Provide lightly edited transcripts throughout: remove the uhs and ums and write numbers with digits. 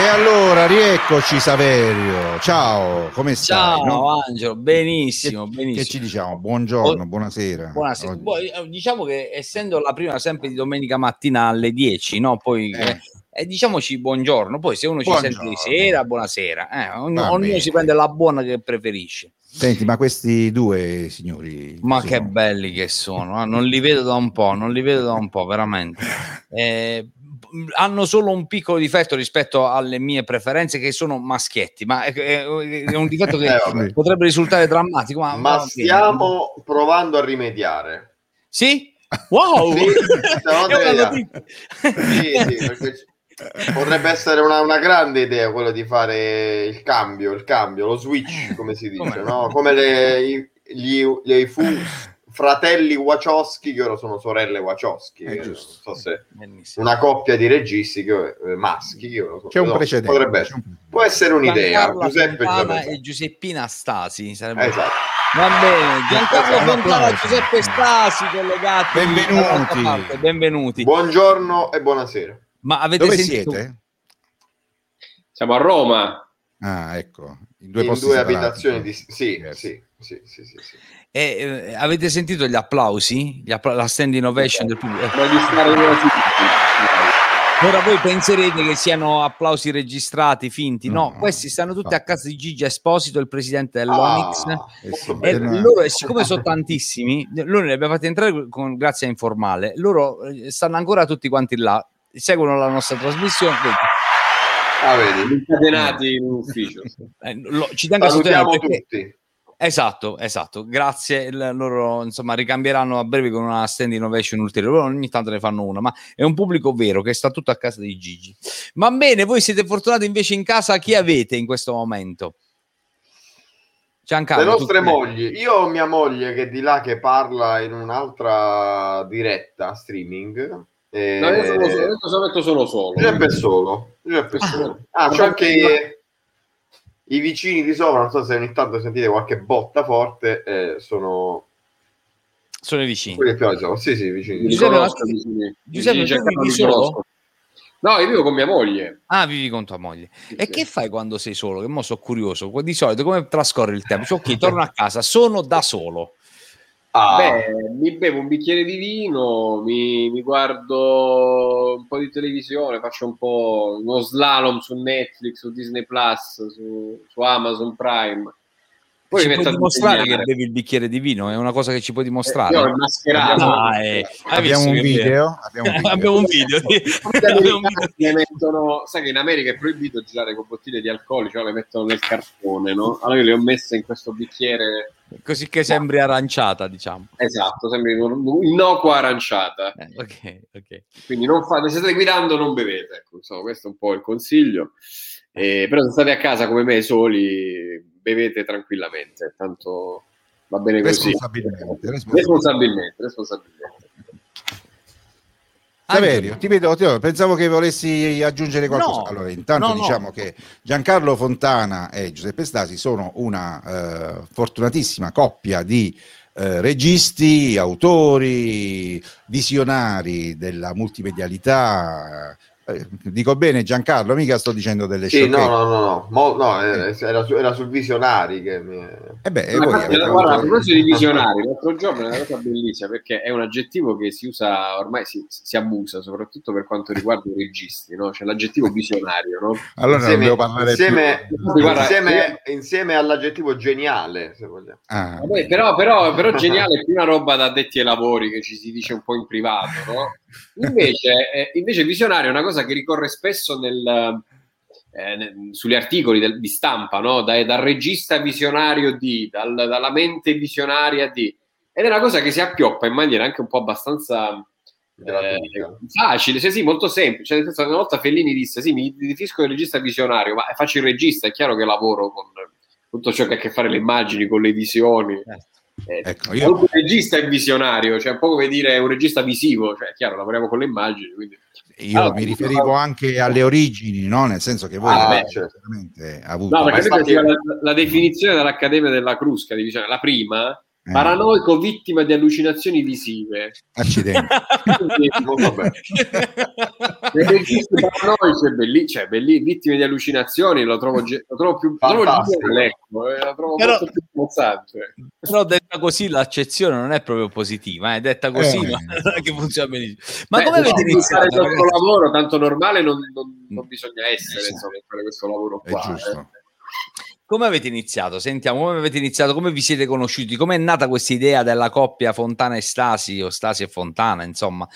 allora, rieccoci Saverio, ciao, come stai? Ciao no? Angelo, benissimo, benissimo. Che ci diciamo? Buongiorno, buonasera. Buonasera. Diciamo che essendo la prima sempre di domenica mattina alle 10, no? Poi diciamoci buongiorno, poi se uno ci sente di sera, buonasera. Ognuno si prende la buona che preferisce. Senti, ma questi due signori... Ma che belli che sono, non li vedo da un po', veramente. Hanno solo un piccolo difetto rispetto alle mie preferenze, che sono maschietti, ma è un difetto che potrebbe risultare drammatico. Ma stiamo provando a rimediare. Sì? Wow! Sì, perché potrebbe essere una grande idea quello di fare il cambio, lo switch, come si dice, no? Come gli fratelli Wachowski, che ora sono sorelle Wachowski, non so se una coppia di registi maschi, c'è un precedente, può essere un'idea. Giuseppe e Giuseppina Stasi sarebbe... Esatto. Va bene, Giancarlo Fontana, Giuseppe Stasi collegati. Benvenuti. Buongiorno e buonasera. Ma avete Dove sentito... siete? Siamo a Roma. Ah, ecco, in due abitazioni sì. E avete sentito gli applausi? La standing ovation del pubblico? Ora voi penserete che siano applausi registrati, finti. No, questi stanno tutti a casa di Gigi Esposito, il presidente dell'Onyx. E loro, siccome sono tantissimi, loro li abbiamo fatti entrare grazie a Informale. Loro stanno ancora tutti quanti là, seguono la nostra trasmissione. Vedi, incatenati in ufficio. Ci tengo a sottolineare tutti. Esatto, grazie. Loro insomma ricambieranno a breve con una standing ovation ulteriore. Loro ogni tanto ne fanno una, ma è un pubblico vero che sta tutto a casa di Gigi. Va bene, voi siete fortunati invece in casa. Chi avete in questo momento? Giancarlo, le nostre mogli. Io ho mia moglie che è di là, che parla in un'altra diretta streaming. No, io sono solo. Giuseppe solo. C'è anche i vicini di sopra, non so se ogni tanto sentite qualche botta forte, sono i vicini. Quelli più sì, vicini. Giuseppe, tu vivi solo? No, io vivo con mia moglie. Ah, vivi con tua moglie. E che fai quando sei solo? Che mo sono curioso. Di solito come trascorri il tempo? Cioè, ok, torno a casa, sono da solo. Mi bevo un bicchiere di vino, mi guardo un po' di televisione, faccio un po' uno slalom su Netflix, su Disney Plus, su Amazon Prime. Poi ci puoi dimostrare che bevi il bicchiere di vino? È una cosa che ci puoi dimostrare? Io ho mascherato. Abbiamo un video. Abbiamo un video. Sai che in America è proibito girare con bottiglie di alcolici, cioè le mettono nel cartone, no? Allora io le ho messe in questo bicchiere. Così che sembri aranciata, diciamo. Esatto, sembri innocua aranciata. Ok. Quindi non fate, se state guidando non bevete, ecco, insomma, questo è un po' il consiglio. Però se state a casa come me soli, bevete tranquillamente, tanto va bene così. Responsabilmente. Saverio, ti vedo, pensavo che volessi aggiungere qualcosa. No, allora, intanto diciamo che Giancarlo Fontana e Giuseppe Stasi sono una fortunatissima coppia di registi, autori, visionari della multimedialità. Dico bene, Giancarlo, mica sto dicendo delle sciocchezze. Era sul visionari che guarda, a proposito di visionari, l'altro giorno è una cosa bellissima, perché è un aggettivo che si usa ormai, si abusa soprattutto per quanto riguarda i registi, no? C'è l'aggettivo visionario, no? Allora non devo parlare insieme all'aggettivo geniale, se vogliamo. Vabbè, però geniale è più una roba da addetti ai lavori, che ci si dice un po' in privato, no? Invece visionario è una cosa che ricorre spesso sugli articoli di stampa, no? Dal regista visionario dalla mente visionaria ed è una cosa che si appioppa in maniera anche un po' abbastanza facile, sì, molto semplice. Nel senso, una volta Fellini disse: sì, mi definisco il regista visionario, ma faccio il regista, è chiaro che lavoro con tutto ciò che ha a che fare le immagini, con le visioni. Ecco, un regista è visionario, cioè un po' come dire un regista visivo, cioè chiaro, lavoriamo con le immagini, quindi... Io mi riferivo anche alle origini, no? Nel senso che voi certamente avuto... No, perché la definizione dall'Accademia della Crusca di visione, la prima paranoico vittima di allucinazioni visive. Accidenti. Vabbè. Cioè, vittime di allucinazioni lo trovo più geniale, lo trovo molto più smozzante. Però detta così l'accezione non è proprio positiva, detta così non è che funziona benissimo. Ma come avete iniziato questo lavoro? Tanto normale non bisogna essere, insomma, per fare questo lavoro qua. È giusto. Come avete iniziato? Sentiamo, come avete iniziato? Come vi siete conosciuti? Come è nata questa idea della coppia Fontana e Stasi, o Stasi e Fontana, insomma?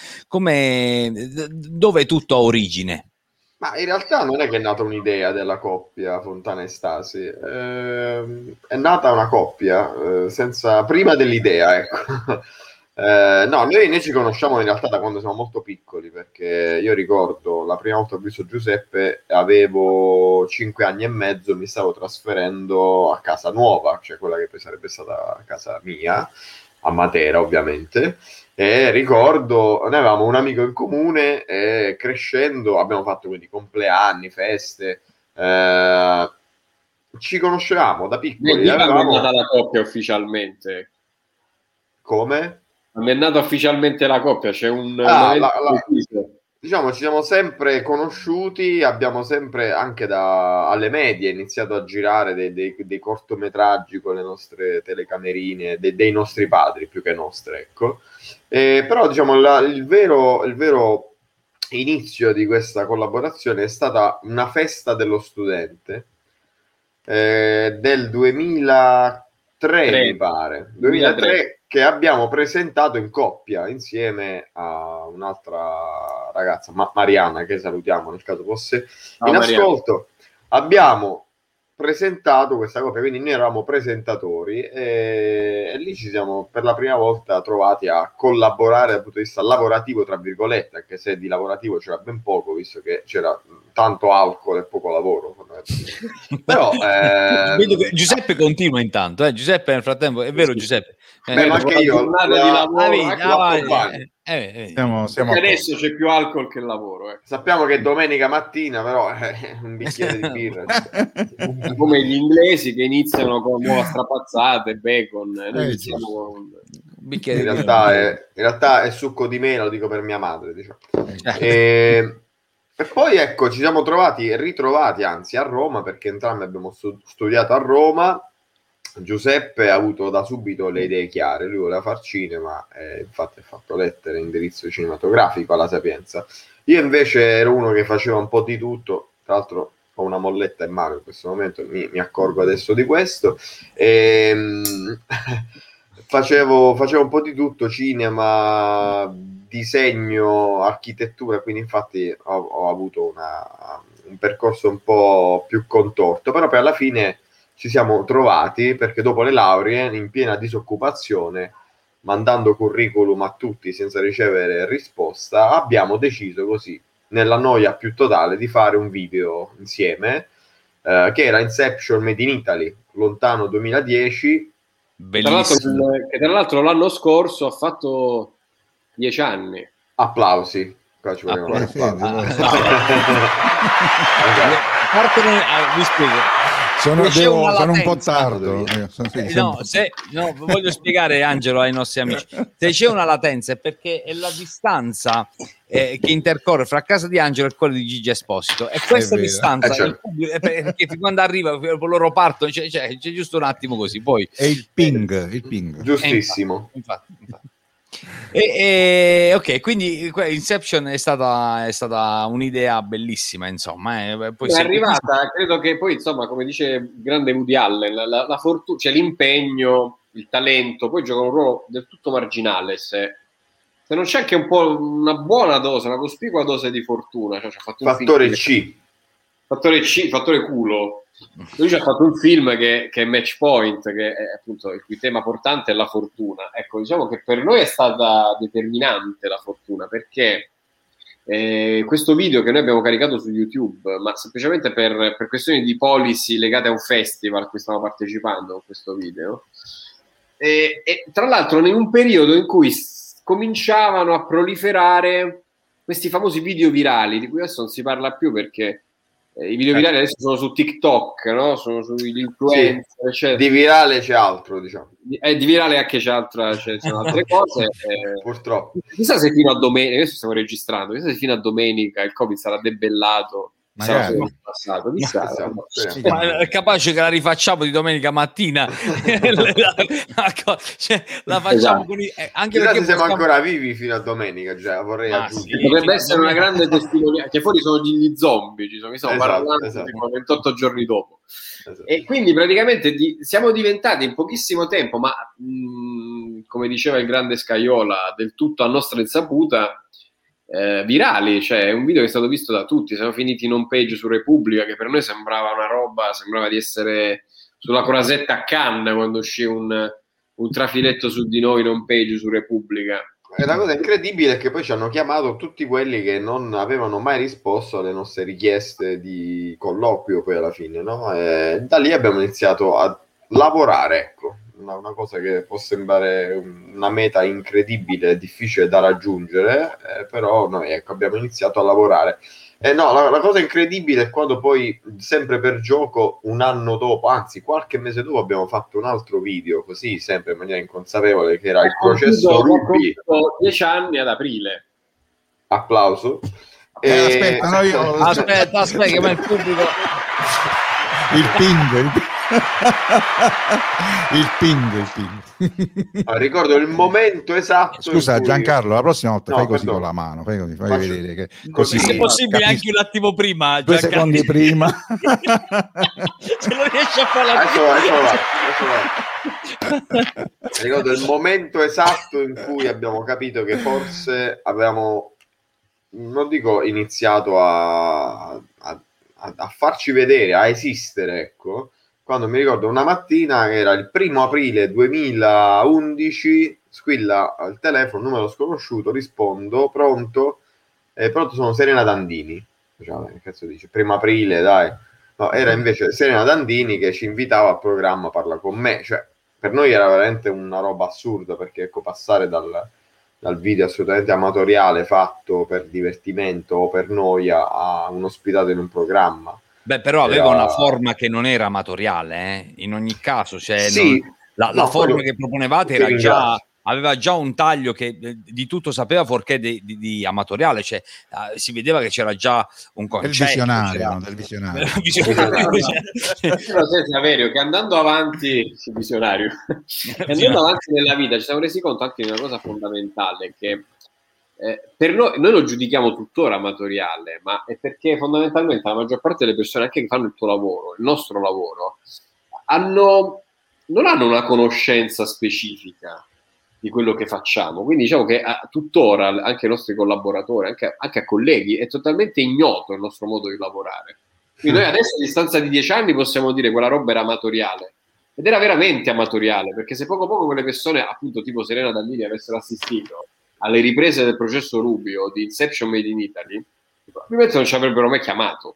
Dove tutto ha origine? Ma in realtà non è che è nata un'idea della coppia Fontana e Stasi, è nata una coppia prima dell'idea, ecco. No, noi ci conosciamo in realtà da quando siamo molto piccoli, perché io ricordo la prima volta che ho visto Giuseppe avevo 5 anni e mezzo, mi stavo trasferendo a casa nuova, cioè quella che poi sarebbe stata casa mia, a Matera ovviamente, e ricordo, noi avevamo un amico in comune e crescendo abbiamo fatto quindi compleanni, feste, ci conoscevamo da piccoli. È nata la coppia ufficialmente. Come? Non è nata ufficialmente la coppia, c'è diciamo, ci siamo sempre conosciuti, abbiamo sempre, anche alle medie, iniziato a girare dei cortometraggi con le nostre telecamerine, dei nostri padri più che nostre, ecco. Però diciamo il vero inizio di questa collaborazione è stata una festa dello studente del 2003, mi pare, 2003, che abbiamo presentato in coppia insieme a un'altra ragazza, Mariana, che salutiamo nel caso fosse in ascolto. Abbiamo presentato questa coppia, quindi noi eravamo presentatori e lì ci siamo per la prima volta trovati a collaborare dal punto di vista lavorativo, tra virgolette, anche se di lavorativo c'era ben poco, visto che c'era tanto alcol e poco lavoro. Però vedo che Giuseppe continua intanto, Giuseppe nel frattempo, è vero Giuseppe? Ma anche io siamo adesso c'è più alcol che lavoro. Sappiamo che domenica mattina però un bicchiere di birra come gli inglesi che iniziano con uova strapazzate, bacon, noi iniziamo con un bicchiere in realtà è succo di mela, lo dico per mia madre, diciamo. E poi ecco, ci siamo ritrovati anzi a Roma, perché entrambi abbiamo studiato a Roma. Giuseppe ha avuto da subito le idee chiare, lui voleva far cinema, infatti ha fatto lettere, indirizzo cinematografico alla Sapienza. Io invece ero uno che faceva un po' di tutto, tra l'altro ho una molletta in mano in questo momento, mi accorgo adesso di questo, facevo un po' di tutto, cinema, disegno, architettura, quindi infatti ho avuto un percorso un po' più contorto, però poi alla fine ci siamo trovati perché dopo le lauree, in piena disoccupazione, mandando curriculum a tutti senza ricevere risposta, abbiamo deciso così, nella noia più totale, di fare un video insieme, che era Inception Made in Italy, lontano 2010. Bellissimo. Che tra l'altro l'anno scorso ha fatto 10 anni. Applausi. Qua ci vogliono vi spiego. Sono un po' tardo. Voglio spiegare, Angelo, ai nostri amici. Se c'è una latenza è perché è la distanza che intercorre fra casa di Angelo e quella di Gigi Esposito. E questa distanza, perché quando arriva, loro partono, c'è giusto un attimo così. Poi è il ping. Giustissimo. Infatti. Ok, quindi Inception è stata un'idea bellissima, insomma. Poi è arrivata, credo che poi, insomma, come dice grande Woody Allen, la fortuna, cioè l'impegno, il talento, poi giocano un ruolo del tutto marginale se non c'è anche un po' una buona dose, una cospicua dose di fortuna. Cioè, fatto fattore C. Fattore culo. Lui ci ha fatto un film che è Match Point, che è appunto il cui tema portante è la fortuna. Ecco, diciamo che per noi è stata determinante la fortuna, perché questo video che noi abbiamo caricato su YouTube, ma semplicemente per questioni di policy legate a un festival a cui stiamo partecipando con questo video, e tra l'altro in un periodo in cui cominciavano a proliferare questi famosi video virali, di cui adesso non si parla più perché I video virali adesso sono su TikTok, no? Sono sugli influencer, eccetera. Di virale c'è altro, diciamo. Di virale anche sono altre cose. Purtroppo. Chissà se fino a domenica, adesso stiamo registrando, chissà se fino a domenica il Covid sarà debellato. Magari. Passato, ma è capace che la rifacciamo di domenica mattina. Cioè, la facciamo con anche perché siamo ancora vivi fino a domenica, cioè, vorrei aggiungere. Potrebbe essere una grande testimonianza, che fuori sono gli zombie, mi sono parlando 28 giorni dopo. E quindi praticamente siamo diventati in pochissimo tempo, ma come diceva il grande Scaiola, del tutto a nostra insaputa, virali, cioè è un video che è stato visto da tutti. Siamo finiti in home page su Repubblica, che per noi sembrava una roba, sembrava di essere sulla Croisette a Cannes quando uscì un trafiletto su di noi in home page su Repubblica. E la cosa incredibile è che poi ci hanno chiamato tutti quelli che non avevano mai risposto alle nostre richieste di colloquio poi alla fine, no? E da lì abbiamo iniziato a lavorare, ecco. Una cosa che può sembrare una meta incredibile e difficile da raggiungere, però noi abbiamo iniziato a lavorare. La cosa incredibile è quando poi, sempre per gioco, un anno dopo, anzi qualche mese dopo, abbiamo fatto un altro video, così sempre in maniera inconsapevole, che era il processo Ruby. 10 anni ad aprile. Applauso. Aspetta, che ma il pubblico... Il ping. Ricordo il momento esatto. Scusa, cui... Giancarlo, la prossima volta fai così con la mano, fai vedere che così. Se è possibile anche un attimo prima, 2 secondi prima. Se non riesci a fare Ricordo il momento esatto in cui abbiamo capito che forse avevamo, non dico iniziato a farci vedere, a esistere, ecco. Quando mi ricordo una mattina, che era il 1° aprile 2011, squilla al telefono, numero sconosciuto, rispondo, pronto, sono Serena Dandini. Cioè, che cazzo dice? 1° aprile, dai. No, era invece Serena Dandini che ci invitava al programma Parla con me. Cioè, per noi era veramente una roba assurda, perché ecco, passare dal video assolutamente amatoriale fatto per divertimento o per noia a un ospitato in un programma. Beh, però aveva una forma che non era amatoriale, in ogni caso, cioè sì, la forma che proponevate aveva già un taglio che di tutto sapeva, fuorché di amatoriale, cioè si vedeva che c'era già un concetto del visionario. Però Saverio, che andando avanti andando avanti nella vita ci siamo resi conto anche di una cosa fondamentale, che per noi lo giudichiamo tuttora amatoriale, ma è perché fondamentalmente la maggior parte delle persone, anche che fanno il tuo lavoro, il nostro lavoro, non hanno una conoscenza specifica di quello che facciamo. Quindi diciamo che tuttora anche ai nostri collaboratori, anche a colleghi, è totalmente ignoto il nostro modo di lavorare. Quindi noi adesso, a distanza di 10 anni, possiamo dire che quella roba era amatoriale, ed era veramente amatoriale, perché se poco quelle persone, appunto tipo Serena Dandini, avessero assistito alle riprese del processo Ruby o di Inception Made in Italy, probabilmente non ci avrebbero mai chiamato.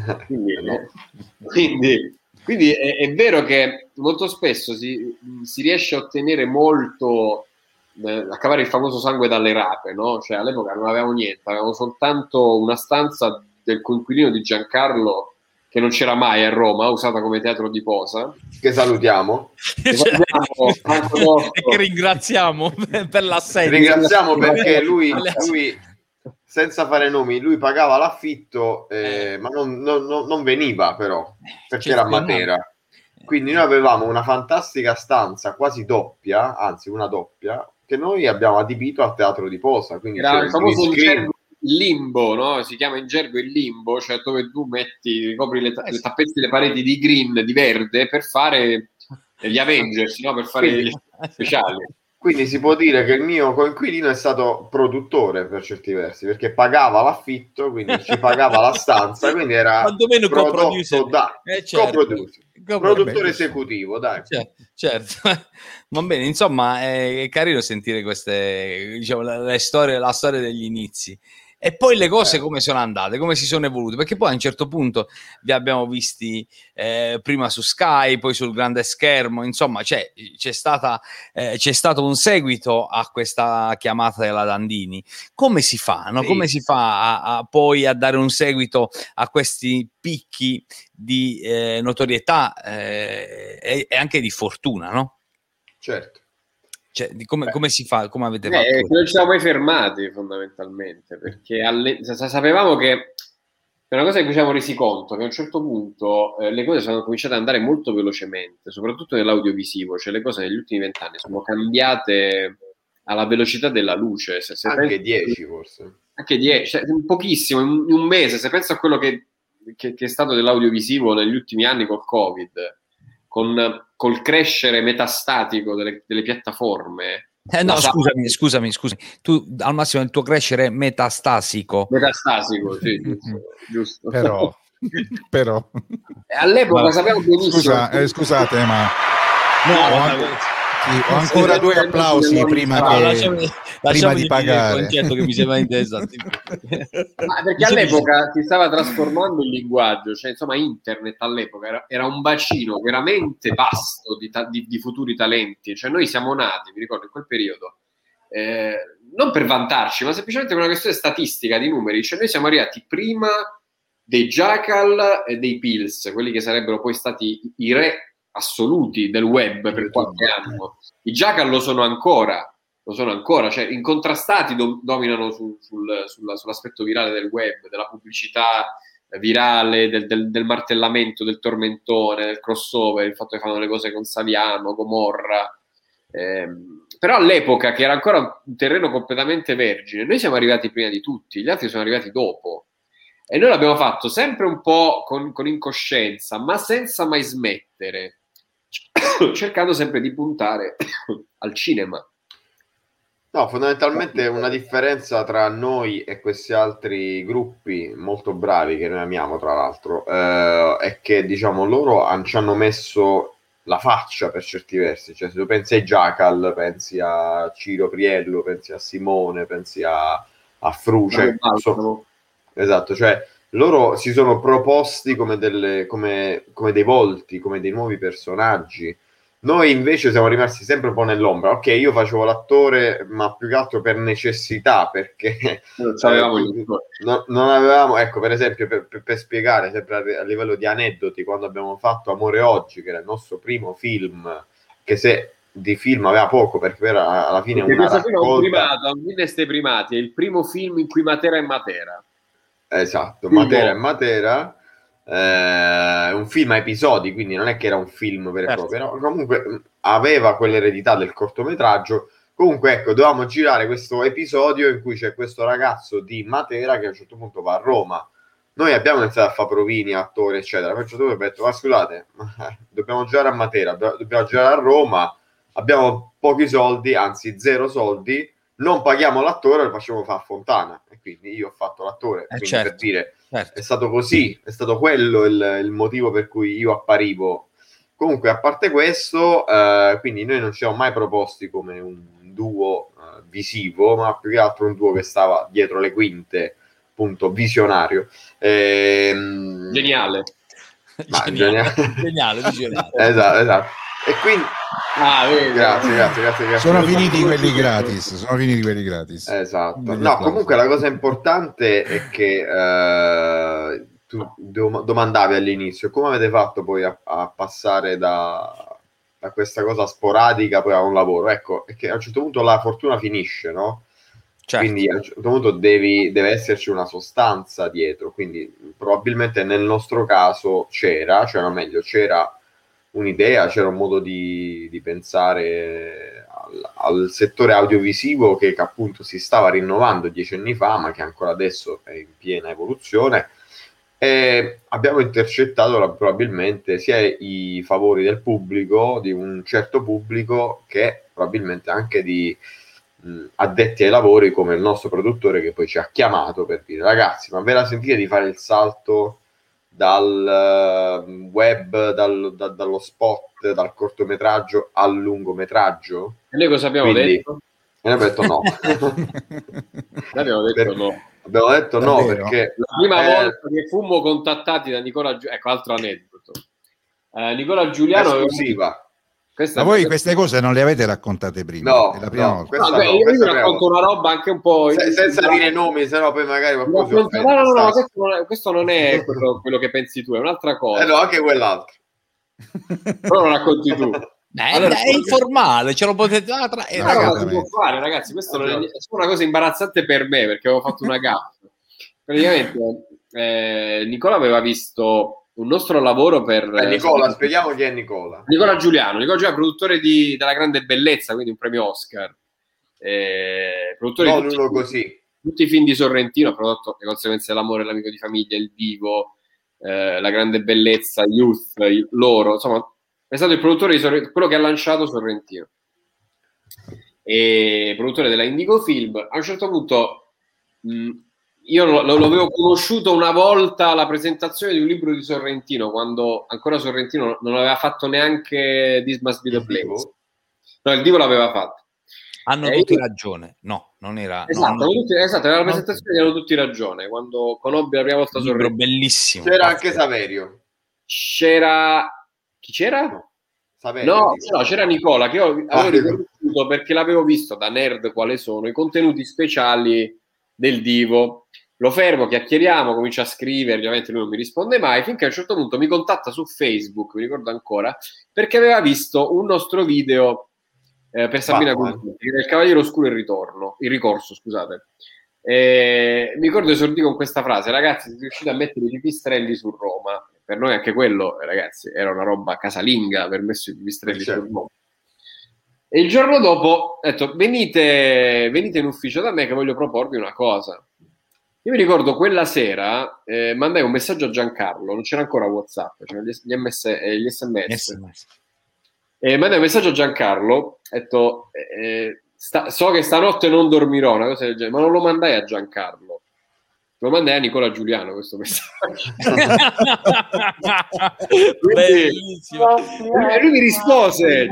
Quindi è vero che molto spesso si riesce a ottenere molto, a cavare il famoso sangue dalle rape, no? Cioè all'epoca non avevamo niente, avevamo soltanto una stanza del coinquilino di Giancarlo, che non c'era mai a Roma, usata come teatro di posa, che salutiamo, e che ringraziamo per l'assenza. Ringraziamo perché lui senza fare nomi, lui pagava l'affitto, ma non veniva però, perché era a Matera. Quindi noi avevamo una fantastica stanza quasi doppia, anzi una doppia, che noi abbiamo adibito al teatro di posa. Quindi era il famoso limbo, no? Si chiama in gergo il limbo, cioè dove tu ricopri le tappezzi le pareti di green, di verde, per fare gli Avengers, no? Per fare gli speciali. Quindi si può dire che il mio coinquilino è stato produttore per certi versi, perché pagava l'affitto, quindi ci pagava la stanza, quindi era produttore esecutivo, dai. Certo. Va bene, insomma, è carino sentire queste, diciamo, la storia degli inizi. E poi le cose come sono andate, come si sono evolute? Perché poi a un certo punto vi abbiamo visti prima su Sky, poi sul grande schermo, insomma c'è stato un seguito a questa chiamata della Dandini. Come si fa? No? Sì. Come si fa poi a dare un seguito a questi picchi di notorietà e anche di fortuna, no? Certo. Cioè, come si fa? Come avete fatto? Non ci siamo mai fermati fondamentalmente, perché sapevamo che è una cosa che ci siamo resi conto che a un certo punto le cose sono cominciate ad andare molto velocemente, soprattutto nell'audiovisivo, cioè le cose negli ultimi 20 anni sono cambiate alla velocità della luce. Se anche 10 forse. Anche 10, cioè, pochissimo, in un mese, se penso a quello che è stato dell'audiovisivo negli ultimi anni col Covid, col crescere metastatico delle piattaforme. No, scusami. Tu al massimo il tuo crescere è metastasico. Metastasico, sì, giusto. Però. All'epoca sappiamo benissimo. Scusate, ma ho ancora 2 applausi prima di pagare. Il concetto che mi sembra interessante. Ma perché all'epoca si stava trasformando il linguaggio, cioè insomma internet all'epoca era un bacino veramente vasto di futuri talenti, cioè noi siamo nati, mi ricordo in quel periodo, non per vantarci, ma semplicemente per una questione statistica di numeri, cioè noi siamo arrivati prima dei Jackal e dei Pills, quelli che sarebbero poi stati i re assoluti del web per qualche anno. I Jackal lo sono ancora, cioè incontrastati dominano sull'aspetto virale del web, della pubblicità virale, del martellamento, del tormentone, del crossover, il fatto che fanno le cose con Saviano, Gomorra. Però all'epoca, che era ancora un terreno completamente vergine, noi siamo arrivati prima di tutti, gli altri sono arrivati dopo. E noi l'abbiamo fatto sempre un po' con incoscienza, ma senza mai smettere, cercando sempre di puntare al cinema. No, fondamentalmente una differenza tra noi e questi altri gruppi molto bravi che noi amiamo, tra l'altro, è che diciamo loro ci hanno messo la faccia per certi versi. Cioè, se tu pensi ai Jackal, pensi a Ciro Priello, pensi a Simone, pensi a Fruce. Esatto, cioè loro si sono proposti come dei volti, come dei nuovi personaggi. Noi invece siamo rimasti sempre un po' nell'ombra. Ok, io facevo l'attore, ma più che altro per necessità, perché non avevamo, ecco, per esempio, per spiegare, sempre a livello di aneddoti, quando abbiamo fatto Amore Oggi, che era il nostro primo film, che se di film aveva poco, perché era alla fine una raccolta. Primati, è il primo film in cui Matera è Matera. Esatto, Matera è Matera. Un film a episodi, quindi non è che era un film vero e proprio, però comunque aveva quell'eredità del cortometraggio. Comunque ecco, dovevamo girare questo episodio in cui c'è questo ragazzo di Matera che a un certo punto va a Roma. Noi abbiamo iniziato a fare provini, attori eccetera, a un certo punto abbiamo detto: ma scusate, dobbiamo girare a Matera, dobbiamo girare a Roma, abbiamo pochi soldi, anzi 0 soldi, non paghiamo l'attore, lo facciamo fare a Fontana. E quindi io ho fatto l'attore, quindi per dire, è stato così, è stato quello il motivo per cui io apparivo. Comunque, a parte questo, quindi noi non ci siamo mai proposti come un duo visivo, ma più che altro un duo che stava dietro le quinte, appunto, visionario. Geniale. Geniale, visionario. Esatto. E quindi grazie. Sono finiti quelli gratis. Esatto. No, comunque la cosa importante è che tu domandavi all'inizio come avete fatto poi a passare da questa cosa sporadica poi a un lavoro. Ecco, è che a un certo punto la fortuna finisce, no? Certo. Quindi a un certo punto deve esserci una sostanza dietro, quindi probabilmente nel nostro caso c'era un'idea, c'era un modo di pensare al settore audiovisivo che appunto si stava rinnovando 10 anni fa, ma che ancora adesso è in piena evoluzione, e abbiamo intercettato probabilmente sia i favori del pubblico, di un certo pubblico, che probabilmente anche di addetti ai lavori come il nostro produttore, che poi ci ha chiamato per dire: ragazzi, ma ve la sentite di fare il salto dal web, dallo spot, dal cortometraggio al lungometraggio? E noi cosa abbiamo detto? E noi abbiamo detto no. Abbiamo detto no. Abbiamo detto no, perché la prima volta che fummo contattati da Nicola ecco, altro aneddoto. Nicola Giuliano esclusiva. Ma voi queste cose non le avete raccontate prima? No, è la prima volta. No, io vi racconto una roba anche un po' senza dire nomi, sennò poi magari qualcuno si offende. No, questo non è quello che pensi tu, è un'altra cosa. No, anche quell'altro. Però lo racconti tu. Allora, è informale, ce lo potete si può fare, ragazzi. Questo non è una cosa imbarazzante per me, perché avevo fatto una gaffa. Praticamente Nicola aveva visto un nostro lavoro per Nicola, spieghiamo chi è Nicola. Nicola Giuliano, produttore della Grande Bellezza, quindi un premio Oscar, produttore di tutti i film di Sorrentino, ha prodotto Le conseguenze dell'amore, L'amico di famiglia, Il vivo, La Grande Bellezza, Youth, Loro, insomma è stato il produttore di quello che ha lanciato Sorrentino, e produttore della Indigo Film. A un certo punto io lo avevo conosciuto una volta alla presentazione di un libro di Sorrentino, quando ancora Sorrentino non aveva fatto neanche This Must Be the Place. No, il Divo l'aveva fatto. Hanno tutti ragione. No, non era... Esatto, era la presentazione, hanno tutti ragione. Quando conobbi la prima volta Sorrentino. Bellissimo. C'era anche Saverio. Chi c'era? Saverio, no, c'era Nicola, che io avevo riconosciuto perché l'avevo visto da nerd quali sono i contenuti speciali del Divo. Lo fermo, chiacchieriamo, comincia a scrivere, ovviamente lui non mi risponde mai, finché a un certo punto mi contatta su Facebook, mi ricordo ancora, perché aveva visto un nostro video per Sabina Guglielmi, Il Cavaliere Oscuro il ricorso, scusate. Mi ricordo esordì con questa frase: ragazzi, siete riusciti a mettere i pipistrelli su Roma. Per noi anche quello, ragazzi, era una roba casalinga, aver messo i pipistrelli su Roma. E il giorno dopo ho detto: venite in ufficio da me che voglio proporvi una cosa. Io mi ricordo quella sera mandai un messaggio a Giancarlo, non c'era ancora WhatsApp, c'erano gli SMS. Mandai un messaggio a Giancarlo, ho detto so che stanotte non dormirò, una cosa del genere, ma non lo mandai a Giancarlo, lo mandai a Nicola Giuliano questo messaggio. Lui mi rispose: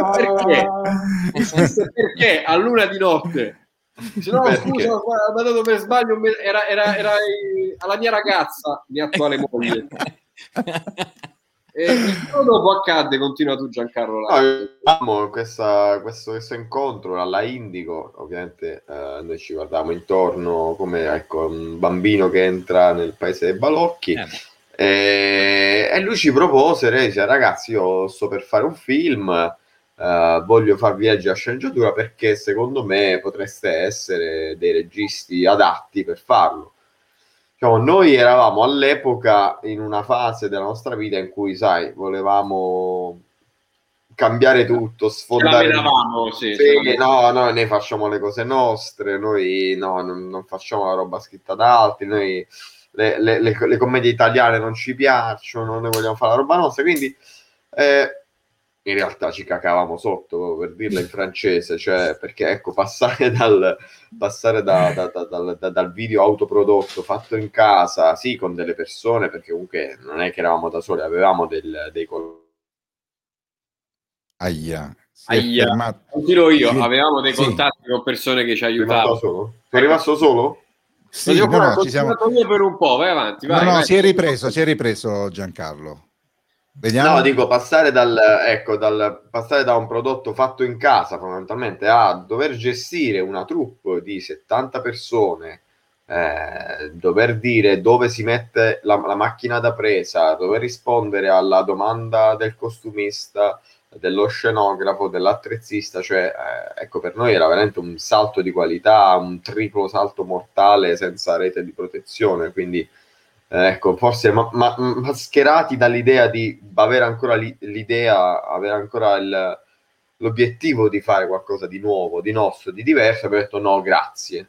perché a luna di notte? No, scusa, ho mandato per sbaglio, era alla mia ragazza, mia attuale moglie. E il giorno dopo accadde, continua tu Giancarlo. Questo incontro alla Indigo, ovviamente noi ci guardavamo intorno come un bambino che entra nel paese dei balocchi, e lui ci propose, dice: ragazzi, io sto per fare un film, voglio farvi leggere la sceneggiatura perché secondo me potreste essere dei registi adatti per farlo. Noi eravamo all'epoca in una fase della nostra vita in cui, sai, volevamo cambiare tutto, sfondare. Noi ne facciamo le cose nostre, noi non facciamo la roba scritta da altri, noi le commedie italiane non ci piacciono, noi vogliamo fare la roba nostra, quindi in realtà ci cacavamo sotto, per dirla in francese, cioè, perché passare dal video autoprodotto fatto in casa, sì, con delle persone, perché comunque non è che eravamo da soli, avevamo dei Continuo io, avevamo dei contatti con persone che ci aiutavano. Sono rimasto solo? Sì, ci siamo io per un po', vai avanti. Vai. Si è ripreso Giancarlo. Vediamo. No, dico, passare da un prodotto fatto in casa fondamentalmente a dover gestire una troupe di 70 persone, dover dire dove si mette la macchina da presa, dover rispondere alla domanda del costumista, dello scenografo, dell'attrezzista, cioè per noi era veramente un salto di qualità, un triplo salto mortale senza rete di protezione, quindi forse mascherati dall'idea di avere ancora avere ancora l'obiettivo di fare qualcosa di nuovo, di nostro, di diverso. Abbiamo detto no grazie,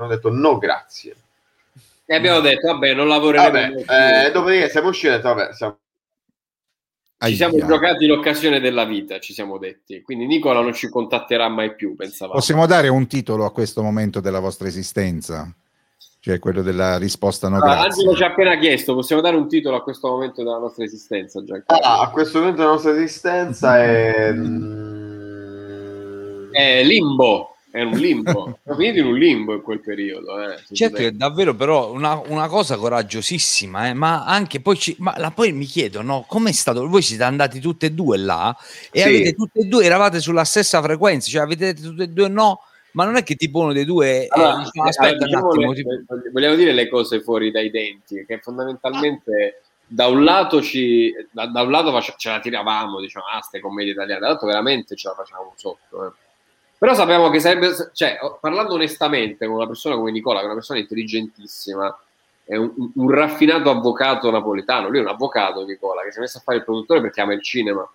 e abbiamo detto vabbè, non lavoreremo. Dopodiché siamo usciti e detto ci siamo giocati l'occasione della vita, ci siamo detti, quindi Nicola non ci contatterà mai più, pensavamo. Possiamo dare un titolo a questo momento della vostra esistenza? Cioè quello della risposta no grazie. Angelo ci ha appena chiesto, possiamo dare un titolo a questo momento della nostra esistenza, Giancarlo? A questo momento della nostra esistenza è Limbo. è un limbo, sono finiti in un limbo in quel periodo. Certo, è davvero però una cosa coraggiosissima, ma anche poi, poi mi chiedo, no, com'è stato? Voi siete andati tutte e due là e avete tutte e due, eravate sulla stessa frequenza, cioè avete detto tutte e due no, ma non è che tipo uno dei due aspetta un attimo. Vogliamo dire le cose fuori dai denti, che fondamentalmente da un lato ce la tiravamo, diciamo, ste commedie italiane, dall'altro veramente ce la facevamo sotto. Però sappiamo che sarebbe, cioè, parlando onestamente con una persona come Nicola, che è una persona intelligentissima, è un raffinato avvocato napoletano, lui è un avvocato, Nicola, che si è messo a fare il produttore perché ama il cinema.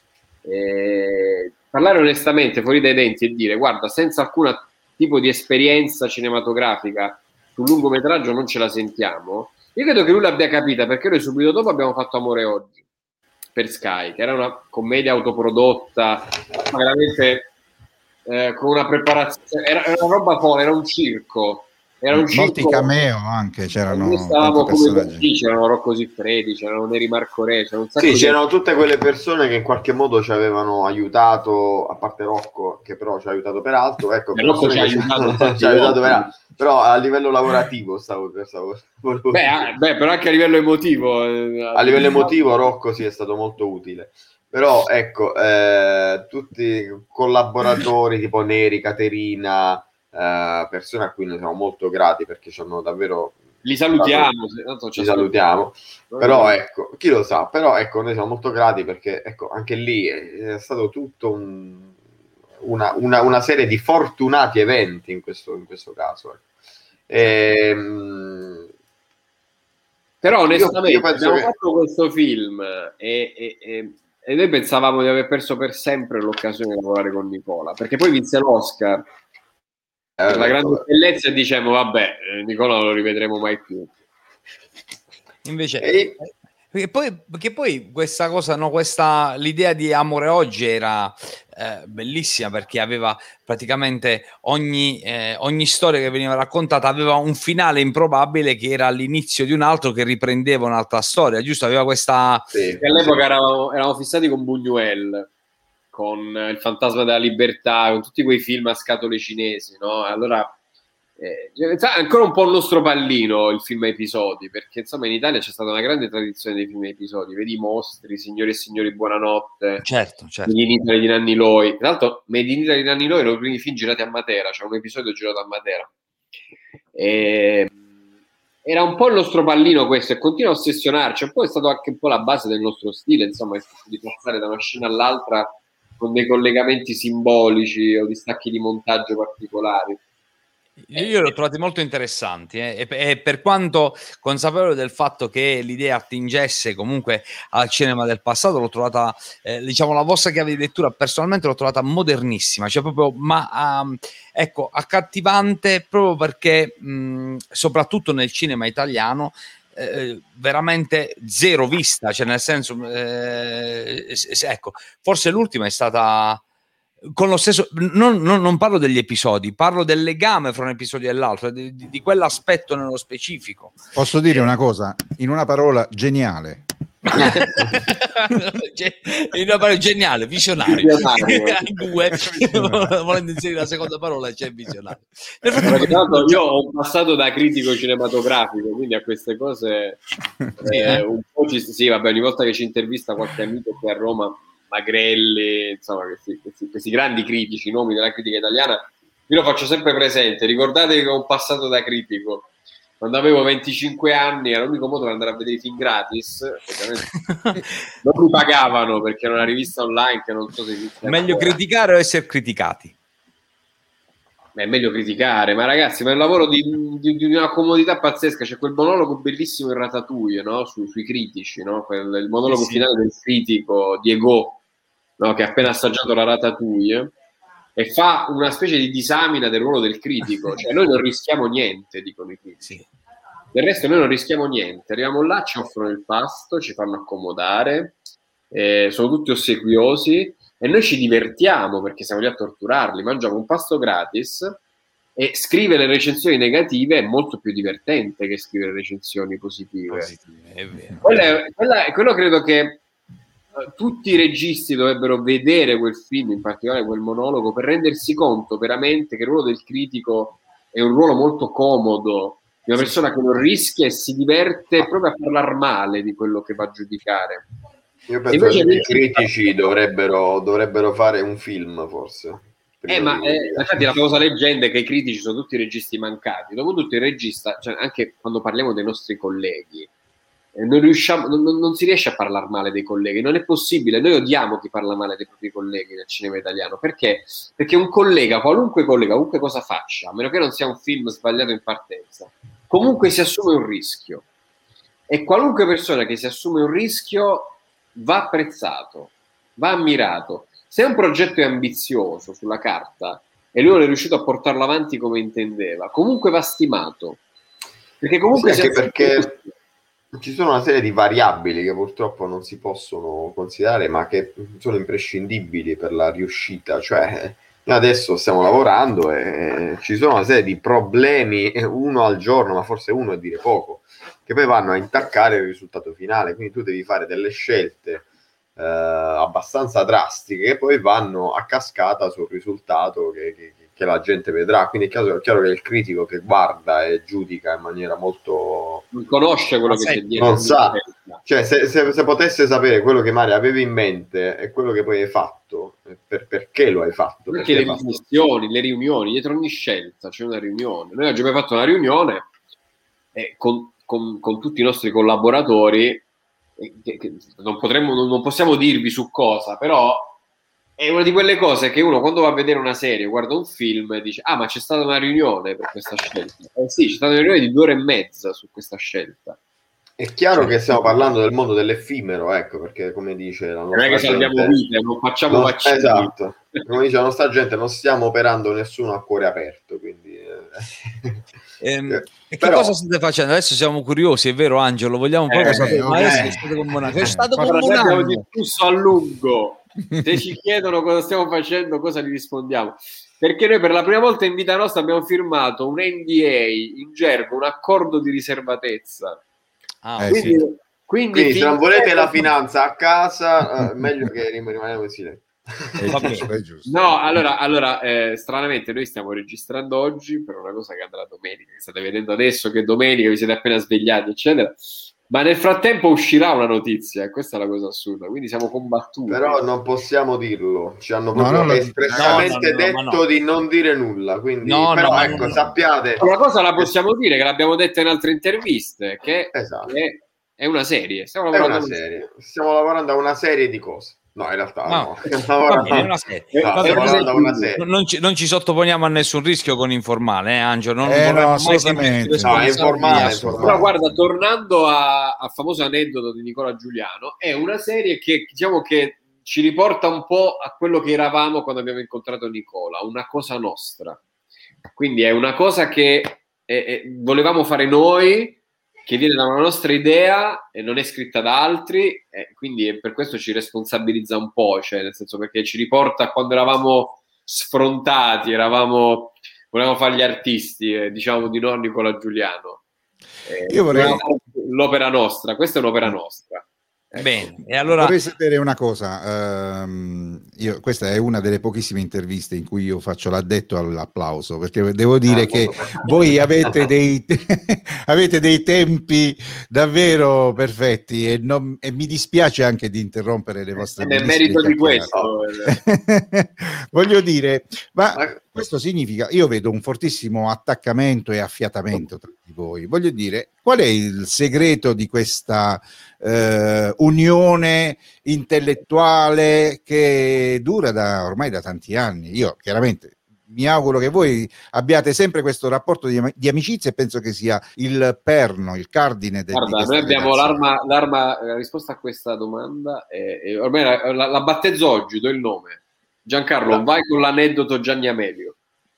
Parlare onestamente fuori dai denti e dire guarda, senza alcun tipo di esperienza cinematografica sul lungometraggio non ce la sentiamo. Io credo che lui l'abbia capita, perché noi subito dopo abbiamo fatto Amore Oggi per Sky, che era una commedia autoprodotta veramente con una preparazione, era una roba folle, era un circo. Molti cameo anche, c'erano stavamo come c'erano Rocco Siffredi, c'erano Neri Marco Re, c'erano tutte quelle persone che in qualche modo ci avevano aiutato, a parte Rocco che però ci ha aiutato per altro, ecco, Rocco ci ha aiutato per altro, però a livello lavorativo però anche a livello emotivo a livello emotivo Rocco sì è stato molto utile. Però ecco, tutti collaboratori tipo Neri, Caterina, persone a cui noi siamo molto grati perché ci hanno davvero li salutiamo, però ecco, chi lo sa, però ecco, noi siamo molto grati perché ecco, anche lì è stato tutto una serie di fortunati eventi in questo caso. Però onestamente abbiamo fatto questo film e noi pensavamo di aver perso per sempre l'occasione di lavorare con Nicola, perché poi vinse l'Oscar per la grande bellezza e diciamo vabbè, Nicola non lo rivedremo mai più. Invece perché poi questa cosa, no, l'idea di Amore Oggi era bellissima, perché aveva praticamente ogni storia che veniva raccontata aveva un finale improbabile che era l'inizio di un altro che riprendeva un'altra storia, giusto? Aveva questa... Sì, all'epoca eravamo fissati con Buñuel, con Il fantasma della libertà, con tutti quei film a scatole cinesi, no? Allora ancora un po' il nostro pallino il film a episodi, perché insomma in Italia c'è stata una grande tradizione dei film a episodi, vedi I Mostri, Signori e Signori Buonanotte, certo. Made in Italy di Nanni Loi. Tra l'altro Made in Italy di Nanni Loi erano i primi film girati a Matera, c'è un episodio girato a Matera, era un po' il nostro pallino questo e continua a ossessionarci, un po' è stato anche un po' la base del nostro stile, insomma, di passare da una scena all'altra con dei collegamenti simbolici o di stacchi di montaggio particolari. Io li ho trovati molto interessanti e per quanto consapevole del fatto che l'idea attingesse comunque al cinema del passato, l'ho trovata, diciamo, la vostra chiave di lettura personalmente l'ho trovata modernissima, cioè proprio, ecco, accattivante, proprio perché soprattutto nel cinema italiano veramente zero vista, cioè nel senso ecco, forse l'ultima è stata con lo stesso, non parlo degli episodi, parlo del legame fra un episodio e l'altro, di quell'aspetto nello specifico. Posso dire una cosa, in una parola, geniale. In una parola, geniale, visionario. Due, volendo inserire la seconda parola, c'è visionario. Io ho passato da critico cinematografico, quindi a queste cose un po' vabbè, ogni volta che ci intervista qualche amico qui a Roma, Magrelli, insomma, questi grandi critici, nomi della critica italiana, io lo faccio sempre presente. Ricordate che ho passato da critico quando avevo 25 anni, era l'unico modo per andare a vedere i film gratis, non mi pagavano perché era una rivista online che non so se esiste. Meglio criticare o essere criticati? È meglio criticare, ma ragazzi, ma è un lavoro di una comodità pazzesca. C'è quel monologo bellissimo in Ratatouille, no? Sui critici, no? Il monologo finale del critico Diego, no? Che ha appena assaggiato la Ratatouille e fa una specie di disamina del ruolo del critico, cioè noi non rischiamo niente, dicono i critici. Del resto noi non rischiamo niente, arriviamo là, ci offrono il pasto, ci fanno accomodare, sono tutti ossequiosi e noi ci divertiamo perché siamo lì a torturarli, mangiamo un pasto gratis e scrivere le recensioni negative è molto più divertente che scrivere recensioni positive. È vero. Quello credo che tutti i registi dovrebbero vedere quel film, in particolare quel monologo, per rendersi conto veramente che il ruolo del critico è un ruolo molto comodo, di una persona che non rischia e si diverte proprio a parlare male di quello che va a giudicare. Io penso che i critici dovrebbero fare un film, forse. Infatti la famosa leggenda è che i critici sono tutti registi mancati. Dopotutto il regista, cioè anche quando parliamo dei nostri colleghi, non si riesce a parlare male dei colleghi, non è possibile. Noi odiamo chi parla male dei propri colleghi nel cinema italiano, perché un collega, qualunque cosa faccia, a meno che non sia un film sbagliato in partenza, comunque si assume un rischio, e qualunque persona che si assume un rischio va apprezzato, va ammirato. Se un progetto è ambizioso sulla carta e lui non è riuscito a portarlo avanti come intendeva, comunque va stimato, perché comunque perché ci sono una serie di variabili che purtroppo non si possono considerare, ma che sono imprescindibili per la riuscita. Cioè, noi adesso stiamo lavorando e ci sono una serie di problemi, uno al giorno, ma forse uno è dire poco, che poi vanno a intaccare il risultato finale. Quindi tu devi fare delle scelte abbastanza drastiche che poi vanno a cascata sul risultato che la gente vedrà. Quindi è chiaro che il critico che guarda e giudica in maniera molto, non conosce quello che c'è dietro, non sa, cioè se potesse sapere quello che Mario avevi in mente e quello che poi hai fatto, perché lo hai fatto, perché le riflessioni, le riunioni, dietro ogni scelta c'è una riunione. Noi oggi abbiamo fatto una riunione con tutti i nostri collaboratori, che non possiamo dirvi su cosa, però è una di quelle cose che uno, quando va a vedere una serie, guarda un film e dice: ah, ma c'è stata una riunione per questa scelta. Sì, c'è stata una riunione di 2 ore e mezza su questa scelta. È chiaro che stiamo parlando del mondo dell'effimero, ecco, perché come dice la nostra non è che salviamo vite, non facciamo vaccini. Esatto, come dice la nostra gente, non stiamo operando nessuno a cuore aperto, quindi e che cosa state facendo? Adesso siamo curiosi, è vero Angelo? Vogliamo proprio sapere. Ma adesso state con Monaco. È stato con Monaco. Abbiamo discusso a lungo. Se ci chiedono cosa stiamo facendo, cosa gli rispondiamo? Perché noi per la prima volta in vita nostra abbiamo firmato un NDA, in gergo, un accordo di riservatezza. Quindi se non volete la finanza a casa, meglio che rimaniamo in silenzio. È giusto. No, allora stranamente noi stiamo registrando oggi per una cosa che andrà domenica, che state vedendo adesso che domenica vi siete appena svegliati, eccetera, ma nel frattempo uscirà una notizia, e questa è la cosa assurda, quindi siamo combattuti. Però non possiamo dirlo, ci hanno proprio espressamente detto di non dire nulla, quindi sappiate. Una cosa la possiamo dire, che l'abbiamo detta in altre interviste, che è una serie. Stiamo lavorando a una serie di cose. No, in realtà no. Non ci sottoponiamo a nessun rischio con informale, Angelo. Assolutamente. No, è informale. Però guarda, tornando al famoso aneddoto di Nicola Giuliano, è una serie che diciamo che ci riporta un po' a quello che eravamo quando abbiamo incontrato Nicola, una cosa nostra. Quindi è una cosa che volevamo fare noi, che viene da una nostra idea e non è scritta da altri, quindi per questo ci responsabilizza un po', cioè nel senso, perché ci riporta a quando eravamo sfrontati, volevamo fare gli artisti, diciamo di no a Nicola Giuliano. Io vorrei l'opera nostra, questa è un'opera nostra. Bene, e allora vorrei sapere una cosa, questa è una delle pochissime interviste in cui io faccio l'addetto all'applauso, perché devo dire che voi avete dei tempi davvero perfetti e mi dispiace anche di interrompere le vostre merito di questo. Voglio dire, ma questo significa, io vedo un fortissimo attaccamento e affiatamento tra di voi. Voglio dire, qual è il segreto di questa unione intellettuale che dura ormai da tanti anni? Io chiaramente mi auguro che voi abbiate sempre questo rapporto di amicizia e penso che sia il perno, il cardine Guarda, noi abbiamo l'arma, la risposta a questa domanda ormai la battezzo oggi, do il nome. Giancarlo, vai con l'aneddoto Gianni Amelio.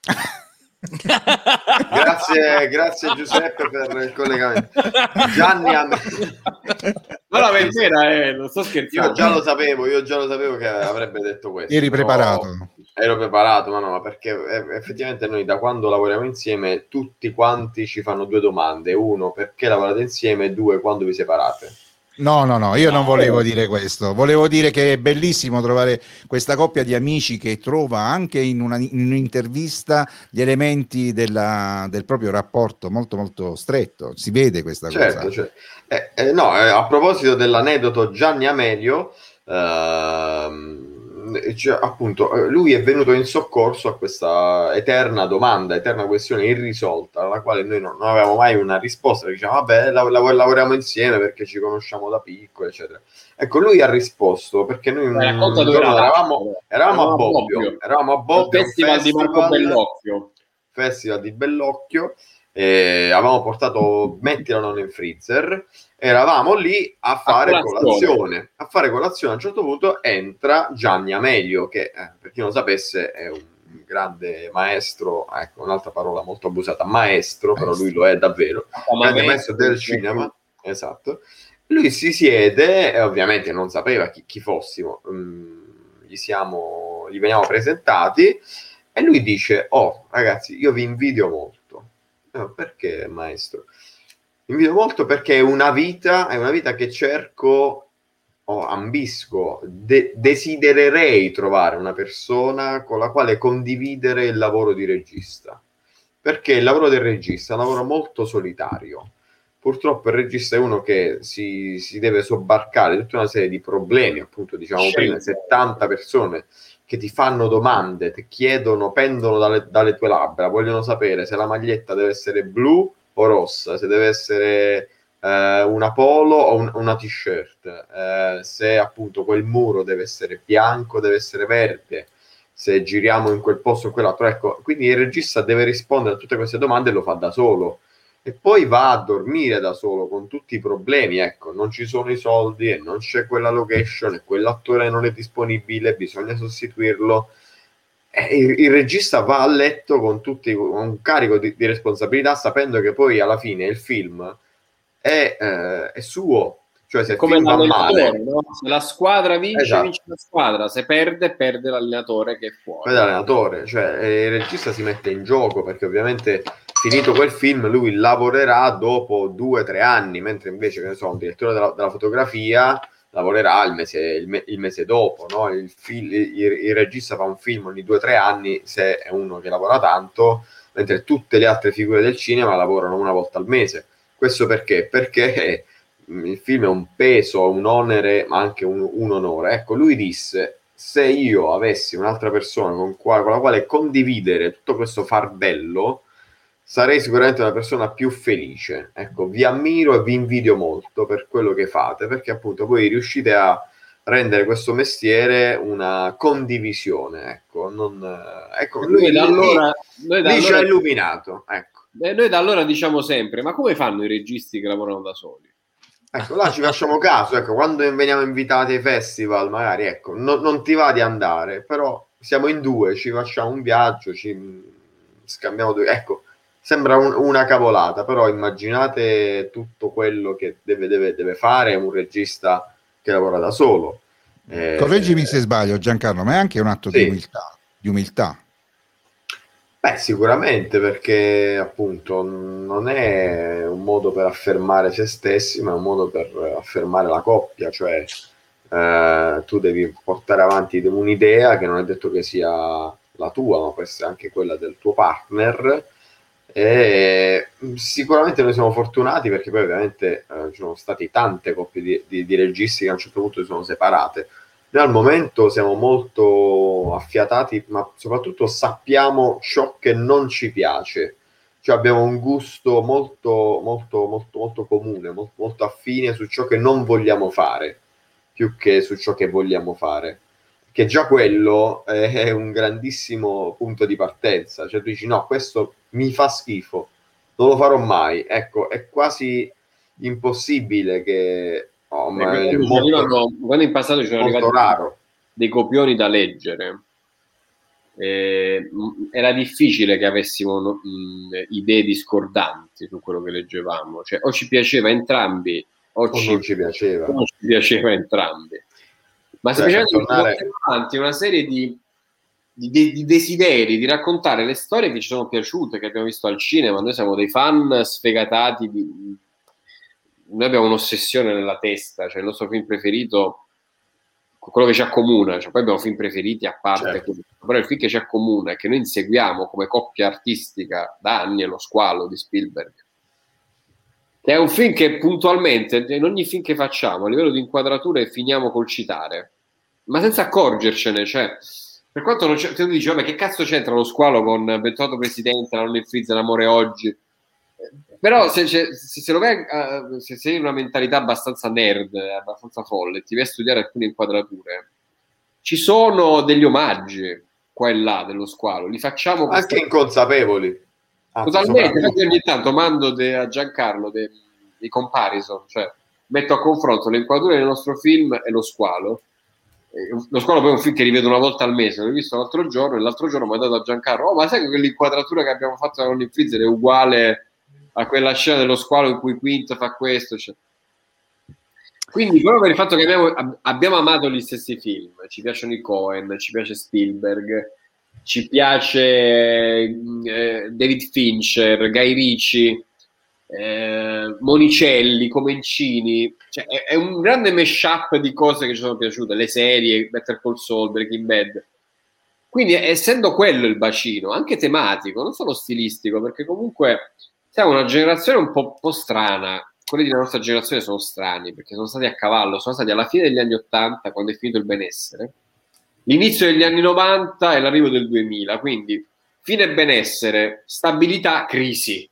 grazie Giuseppe per il collegamento. Gianni Amelio. No, la verità non sto scherzando. Io già lo sapevo che avrebbe detto questo. Eri preparato? Ero preparato, ma no, perché effettivamente noi da quando lavoriamo insieme tutti quanti ci fanno 2 domande: 1, perché lavorate insieme, e 2, quando vi separate. No, io non volevo dire questo. Volevo dire che è bellissimo trovare questa coppia di amici che trova anche in un'intervista gli elementi del proprio rapporto molto molto stretto. Si vede questa cosa. Certo. No, a proposito dell'aneddoto Gianni Amelio, appunto, lui è venuto in soccorso a questa eterna domanda, eterna questione irrisolta, alla quale noi non avevamo mai una risposta. Diciamo, vabbè, lavoriamo insieme perché ci conosciamo da piccolo, eccetera. Ecco, lui ha risposto perché noi un giorno eravamo a Bobbio, Festival di Marco Bellocchio. Festival di Bellocchio. Avevamo portato mettila non in freezer, eravamo lì a fare colazione. A un certo punto entra Gianni Amelio, che per chi non lo sapesse è un grande maestro, ecco un'altra parola molto abusata, maestro, però lui lo è davvero, grande maestro del cinema, esatto. Lui si siede e ovviamente non sapeva chi fossimo, gli veniamo presentati e lui dice: oh ragazzi, io vi invidio molto. Perché, maestro? Invidio molto perché è una vita che cerco, ambisco, desidererei trovare una persona con la quale condividere il lavoro di regista, perché il lavoro del regista è un lavoro molto solitario. Purtroppo il regista è uno che si deve sobbarcare tutta una serie di problemi, appunto diciamo prima, 70 persone che ti fanno domande, ti chiedono, pendono dalle tue labbra, vogliono sapere se la maglietta deve essere blu o rossa, se deve essere una polo o una t-shirt, se appunto quel muro deve essere bianco, deve essere verde, se giriamo in quel posto o quell'altro. Ecco, quindi il regista deve rispondere a tutte queste domande e lo fa da solo. E poi va a dormire da solo con tutti i problemi, ecco, non ci sono i soldi e non c'è quella location e quell'attore non è disponibile, bisogna sostituirlo. E il regista va a letto con un carico di responsabilità, sapendo che poi alla fine il film è suo, cioè se come il film va male, no? Se la squadra vince, esatto, vince la squadra, se perde l'allenatore che è fuori. L'allenatore, cioè il regista si mette in gioco perché ovviamente finito quel film lui lavorerà dopo 2 o 3 anni, mentre invece che ne so, un direttore della fotografia lavorerà il mese dopo, no? Il regista fa un film ogni 2 o 3 anni se è uno che lavora tanto, mentre tutte le altre figure del cinema lavorano una volta al mese. Questo perché? Perché il film è un peso, un onere, ma anche un onore. Ecco, lui disse: se io avessi un'altra persona con la quale condividere tutto questo farbello, sarei sicuramente una persona più felice. Ecco, vi ammiro e vi invidio molto per quello che fate, perché appunto voi riuscite a rendere questo mestiere una condivisione. Ecco, lui ci ha illuminato. Ecco. Noi da allora diciamo sempre: ma come fanno i registi che lavorano da soli? Ecco, là ci facciamo caso, ecco, quando veniamo invitati ai festival, magari, ecco, non ti va di andare, però siamo in 2, ci facciamo un viaggio, ci scambiamo 2, ecco, sembra una cavolata, però immaginate tutto quello che deve fare un regista che lavora da solo. Correggimi se sbaglio, Giancarlo, ma è anche un atto di umiltà. Beh, sicuramente, perché appunto non è un modo per affermare se stessi, ma è un modo per affermare la coppia, cioè tu devi portare avanti un'idea che non è detto che sia la tua, ma può essere anche quella del tuo partner, e sicuramente noi siamo fortunati perché poi ovviamente ci sono state tante coppie di registi che a un certo punto si sono separate. Noi al momento siamo molto affiatati, ma soprattutto sappiamo ciò che non ci piace. Cioè abbiamo un gusto molto, molto, molto, molto comune, molto, molto affine su ciò che non vogliamo fare, più che su ciò che vogliamo fare. Che già quello è un grandissimo punto di partenza. Cioè tu dici: no, questo mi fa schifo, non lo farò mai. Ecco, è quasi impossibile che... quando in passato ci sono arrivati raro. dei copioni da leggere, era difficile che avessimo idee discordanti su quello che leggevamo, cioè o ci piaceva entrambi o non ci piaceva entrambi, ma semplicemente portare avanti una serie di desideri di raccontare le storie che ci sono piaciute, che abbiamo visto al cinema. Noi siamo dei fan sfegatati noi abbiamo un'ossessione nella testa, cioè il nostro film preferito, quello che ci accomuna, cioè poi abbiamo film preferiti a parte, certo. Però il film che ci accomuna e che noi inseguiamo come coppia artistica da anni è Lo squalo di Spielberg, che è un film che puntualmente in ogni film che facciamo a livello di inquadrature finiamo col citare, ma senza accorgercene, cioè per quanto non c'è, tu dici vabbè che cazzo c'entra Lo squalo con Bentornato Presidente, La nonna in freezer, L'amore oggi, però se lo vai se sei in una mentalità abbastanza nerd, abbastanza folle, ti vai a studiare alcune inquadrature, ci sono degli omaggi qua e là dello squalo, li facciamo anche inconsapevoli. Totalmente, ogni tanto mando a Giancarlo dei comparison, cioè metto a confronto le inquadrature del nostro film e Lo squalo. Lo squalo poi è un film che rivedo una volta al mese, l'ho visto l'altro giorno, e l'altro giorno ho mandato a Giancarlo, ma sai che quell'inquadratura che abbiamo fatto da Nonna in freezer è uguale a quella scena dello squalo in cui Quint fa questo, cioè. Quindi proprio per il fatto che abbiamo amato gli stessi film, ci piacciono i Coen, ci piace Spielberg, ci piace David Fincher, Guy Ritchie, Monicelli, Comencini, cioè è un grande mashup di cose che ci sono piaciute, le serie, Better Call Saul, Breaking Bad. Quindi essendo quello il bacino, anche tematico, non solo stilistico, perché comunque siamo una generazione un po' strana. Quelli della nostra generazione sono strani perché sono stati a cavallo, sono stati alla fine degli anni 80 quando è finito il benessere, l'inizio degli anni 90 e l'arrivo del 2000, quindi fine benessere, stabilità, crisi.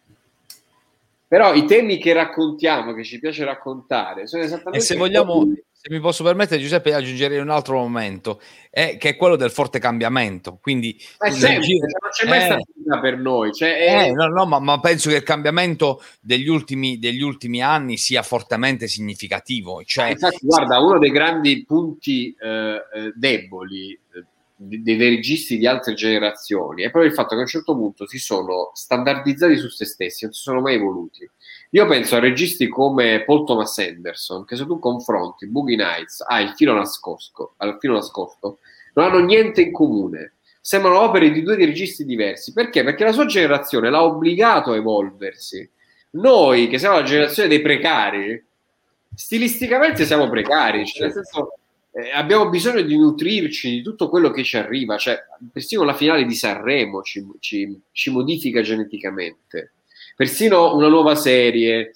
Però i temi che raccontiamo, che ci piace raccontare, sono esattamente... E se vogliamo, se mi posso permettere, Giuseppe, aggiungerei un altro momento, che è quello del forte cambiamento. Quindi non c'è mai stabilità per noi. Cioè, ma penso che il cambiamento degli ultimi anni sia fortemente significativo. Cioè, infatti, guarda, uno dei grandi punti deboli dei registi di altre generazioni è proprio il fatto che a un certo punto si sono standardizzati su se stessi, non si sono mai evoluti. Io penso a registi come Paul Thomas Anderson, che se tu confronti Boogie Nights al filo nascosto, non hanno niente in comune, sembrano opere di due registi diversi. Perché? Perché la sua generazione l'ha obbligato a evolversi. Noi, che siamo la generazione dei precari, stilisticamente siamo precari, cioè nel senso abbiamo bisogno di nutrirci di tutto quello che ci arriva, cioè persino la finale di Sanremo ci modifica geneticamente, persino una nuova serie,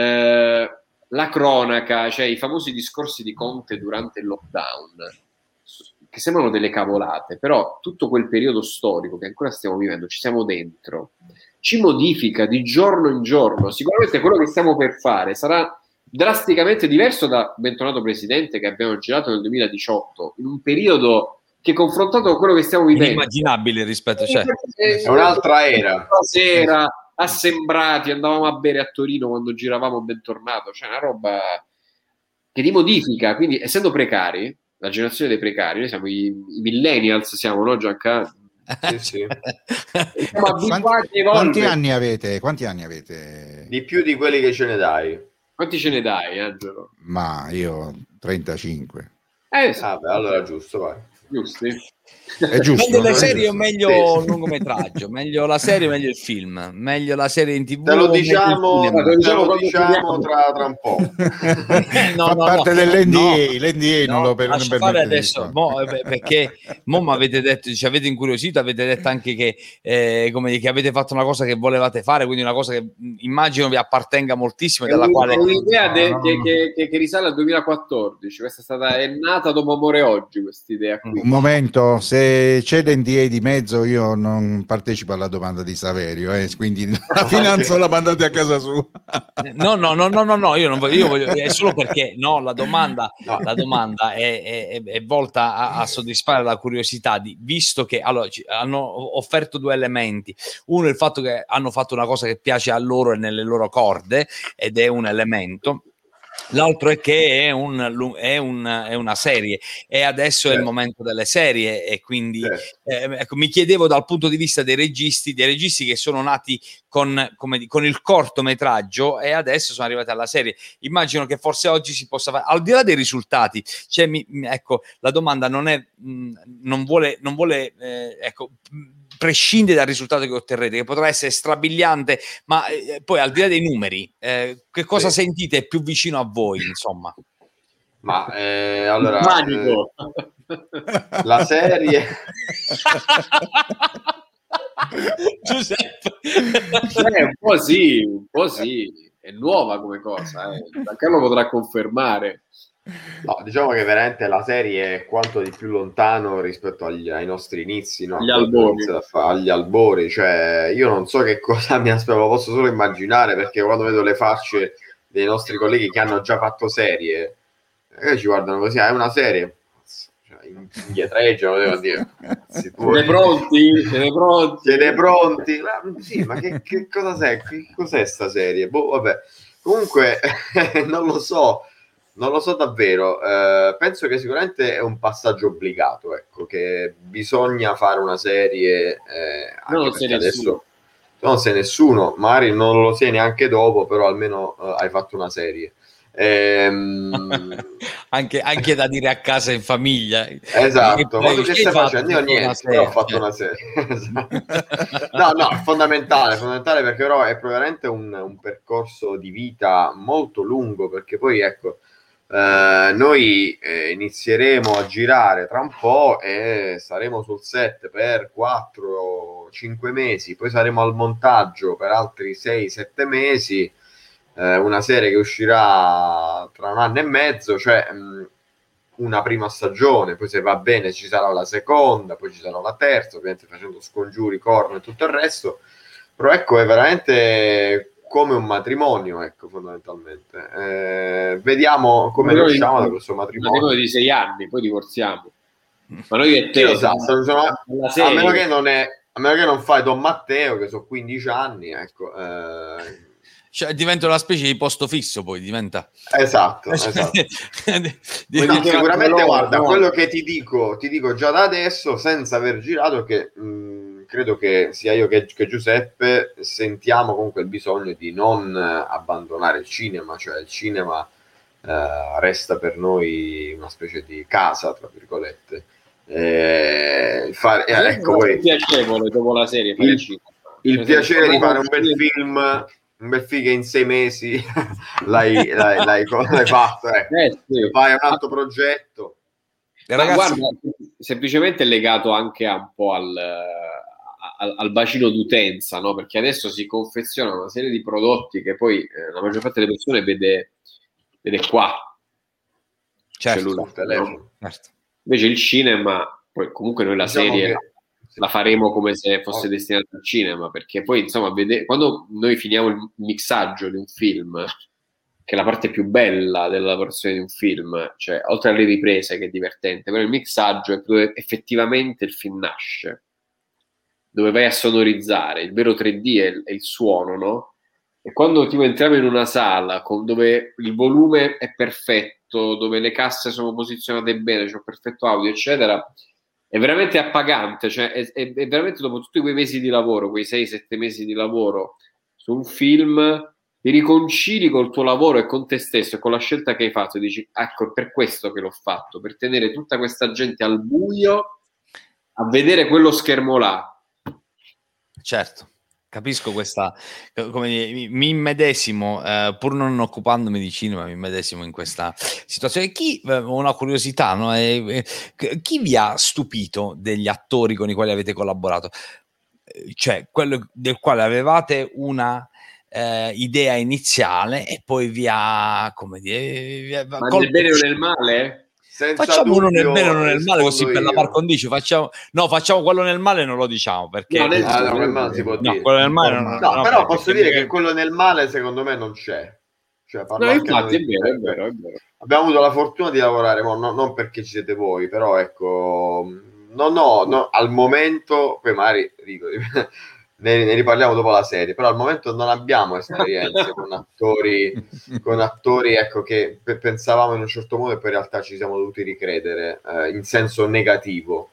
la cronaca, cioè i famosi discorsi di Conte durante il lockdown, che sembrano delle cavolate, però tutto quel periodo storico che ancora stiamo vivendo, ci siamo dentro, ci modifica di giorno in giorno. Sicuramente quello che stiamo per fare sarà drasticamente diverso da Bentornato Presidente che abbiamo girato nel 2018, in un periodo che confrontato con quello che stiamo vivendo inimmaginabile rispetto, cioè è un'altra era. Sera assembrati, andavamo a bere a Torino quando giravamo Bentornato, cioè una roba che ti modifica. Quindi essendo precari, la generazione dei precari, noi siamo i millennials, siamo, no Giancarlo? Sì. Quanti anni avete? Di più di quelli che ce ne dai. Quanti ce ne dai, Angelo? Ma io 35. Vabbè, allora giusto, vai. Giusti? È giusto. Meglio le serie o meglio il lungometraggio? Meglio la serie o meglio il film? Meglio la serie in TV? Te lo diciamo tra un po'. Fa parte dell'NDA, l'NDA non lo permette fare adesso, perché mi avete detto, ci avete incuriosito, avete detto anche che come che avete fatto una cosa che volevate fare, quindi una cosa che immagino vi appartenga moltissimo, è un'idea che risale al 2014. Questa è nata dopo Amore Oggi, quest'idea qui. Un momento, se c'è l'NDA di mezzo io non partecipo alla domanda di Saverio, quindi la finanza la mandate a casa sua. No, io non voglio, io voglio, è solo perché la domanda è volta a soddisfare la curiosità visto che allora hanno offerto due elementi. Uno è il fatto che hanno fatto una cosa che piace a loro e nelle loro corde, ed è un elemento. L'altro è che è una serie e adesso è il momento delle serie, e quindi ecco, mi chiedevo dal punto di vista dei registi che sono nati con il cortometraggio e adesso sono arrivati alla serie. Immagino che forse oggi si possa fare, al di là dei risultati, ecco, la domanda non vuole ecco, prescinde dal risultato che otterrete, che potrà essere strabiliante, ma poi al di là dei numeri, che cosa sentite più vicino a voi, insomma? Ma allora la serie Giuseppe un po' sì, è nuova come cosa, Giancarlo potrà confermare. No, diciamo che veramente la serie è quanto di più lontano rispetto ai nostri inizi, no? Agli albori, cioè io non so che cosa mi aspetto, posso solo immaginare, perché quando vedo le facce dei nostri colleghi che hanno già fatto serie, ci guardano così, è una serie, cioè, indietreggiano, devo dire. Siete pronti? Sì, ma che cosa sei? Cos'è sta serie? Boh, vabbè. Comunque non lo so davvero. Penso che sicuramente è un passaggio obbligato, ecco, che bisogna fare una serie, anche perché adesso non sei nessuno, magari non lo sei neanche dopo, però almeno hai fatto una serie. Anche da dire a casa in famiglia, esatto, ma tu che stai facendo? Io niente, però ho fatto una serie. no, è fondamentale perché però è veramente un percorso di vita molto lungo, perché poi ecco, noi inizieremo a girare tra un po' e saremo sul set per 4-5 mesi, poi saremo al montaggio per altri 6-7 mesi, una serie che uscirà tra 1 anno e mezzo, cioè una prima stagione, poi se va bene ci sarà la seconda, poi ci sarà la terza, ovviamente facendo scongiuri, corno e tutto il resto, però ecco, è veramente come un matrimonio, ecco, fondamentalmente. Vediamo come noi usciamo da questo matrimonio. Di 6 anni, poi divorziamo. Ma noi e te, insomma, a meno che non fai Don Matteo, che sono 15 anni, ecco. Cioè, diventa una specie di posto fisso, poi diventa. Esatto. Sicuramente, guarda, quello che ti dico già da adesso, senza aver girato, che credo che sia io che Giuseppe sentiamo comunque il bisogno di non abbandonare il cinema, cioè il cinema resta per noi una specie di casa, tra virgolette. Ecco, è piacevole dopo la serie il piacere di fare un bel film che in 6 mesi l'hai fatto, sì. Vai a un altro progetto. Ragazzi, guarda, semplicemente è legato anche un po' al bacino d'utenza, no? Perché adesso si confeziona una serie di prodotti che poi la maggior parte delle persone vede qua, certo. Certo. Invece il cinema, poi comunque noi la serie la faremo come se fosse destinata al cinema, perché poi insomma quando noi finiamo il mixaggio di un film, che è la parte più bella della lavorazione di un film, cioè oltre alle riprese che è divertente, però il mixaggio è dove effettivamente il film nasce, dove vai a sonorizzare, il vero 3D è il suono, no? E quando tipo entriamo in una sala dove il volume è perfetto, dove le casse sono posizionate bene, c'è un perfetto audio, eccetera, è veramente appagante, cioè è veramente, dopo tutti quei mesi di lavoro, quei 6-7 mesi di lavoro su un film, ti riconcili col tuo lavoro e con te stesso e con la scelta che hai fatto, e dici, ecco, è per questo che l'ho fatto, per tenere tutta questa gente al buio a vedere quello schermo là. Certo. Capisco questa, come mi immedesimo, pur non occupandomi di cinema, mi immedesimo in questa situazione. Una curiosità, no? Chi vi ha stupito degli attori con i quali avete collaborato? Cioè, quello del quale avevate una idea iniziale e poi vi ha, come dire, ma nel bene o nel male? Facciamo uno nel bene e uno nel male, così per la par condicio facciamo quello nel male, non lo diciamo perché nel male si può dire. Quello nel male no, però posso dire che quello nel male secondo me non c'è, cioè, infatti è vero. Abbiamo avuto la fortuna di lavorare, non perché ci siete voi, però ecco, no, al momento, poi magari ne riparliamo dopo la serie, però al momento non abbiamo esperienze con attori ecco, che pensavamo in un certo modo e poi in realtà ci siamo dovuti ricredere in senso negativo.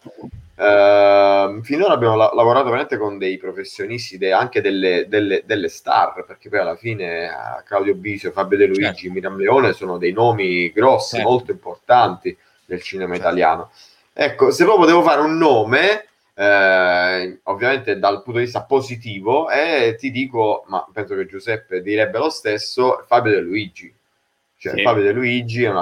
Finora abbiamo lavorato veramente con dei professionisti, anche delle star, perché poi alla fine Claudio Bisio, Fabio De Luigi, certo. Miriam Leone sono dei nomi grossi, certo. Molto importanti del cinema italiano. Ecco, se proprio devo fare un nome, ovviamente dal punto di vista positivo, e ti dico, ma penso che Giuseppe direbbe lo stesso, Fabio De Luigi. Cioè, sì. Fabio De Luigi è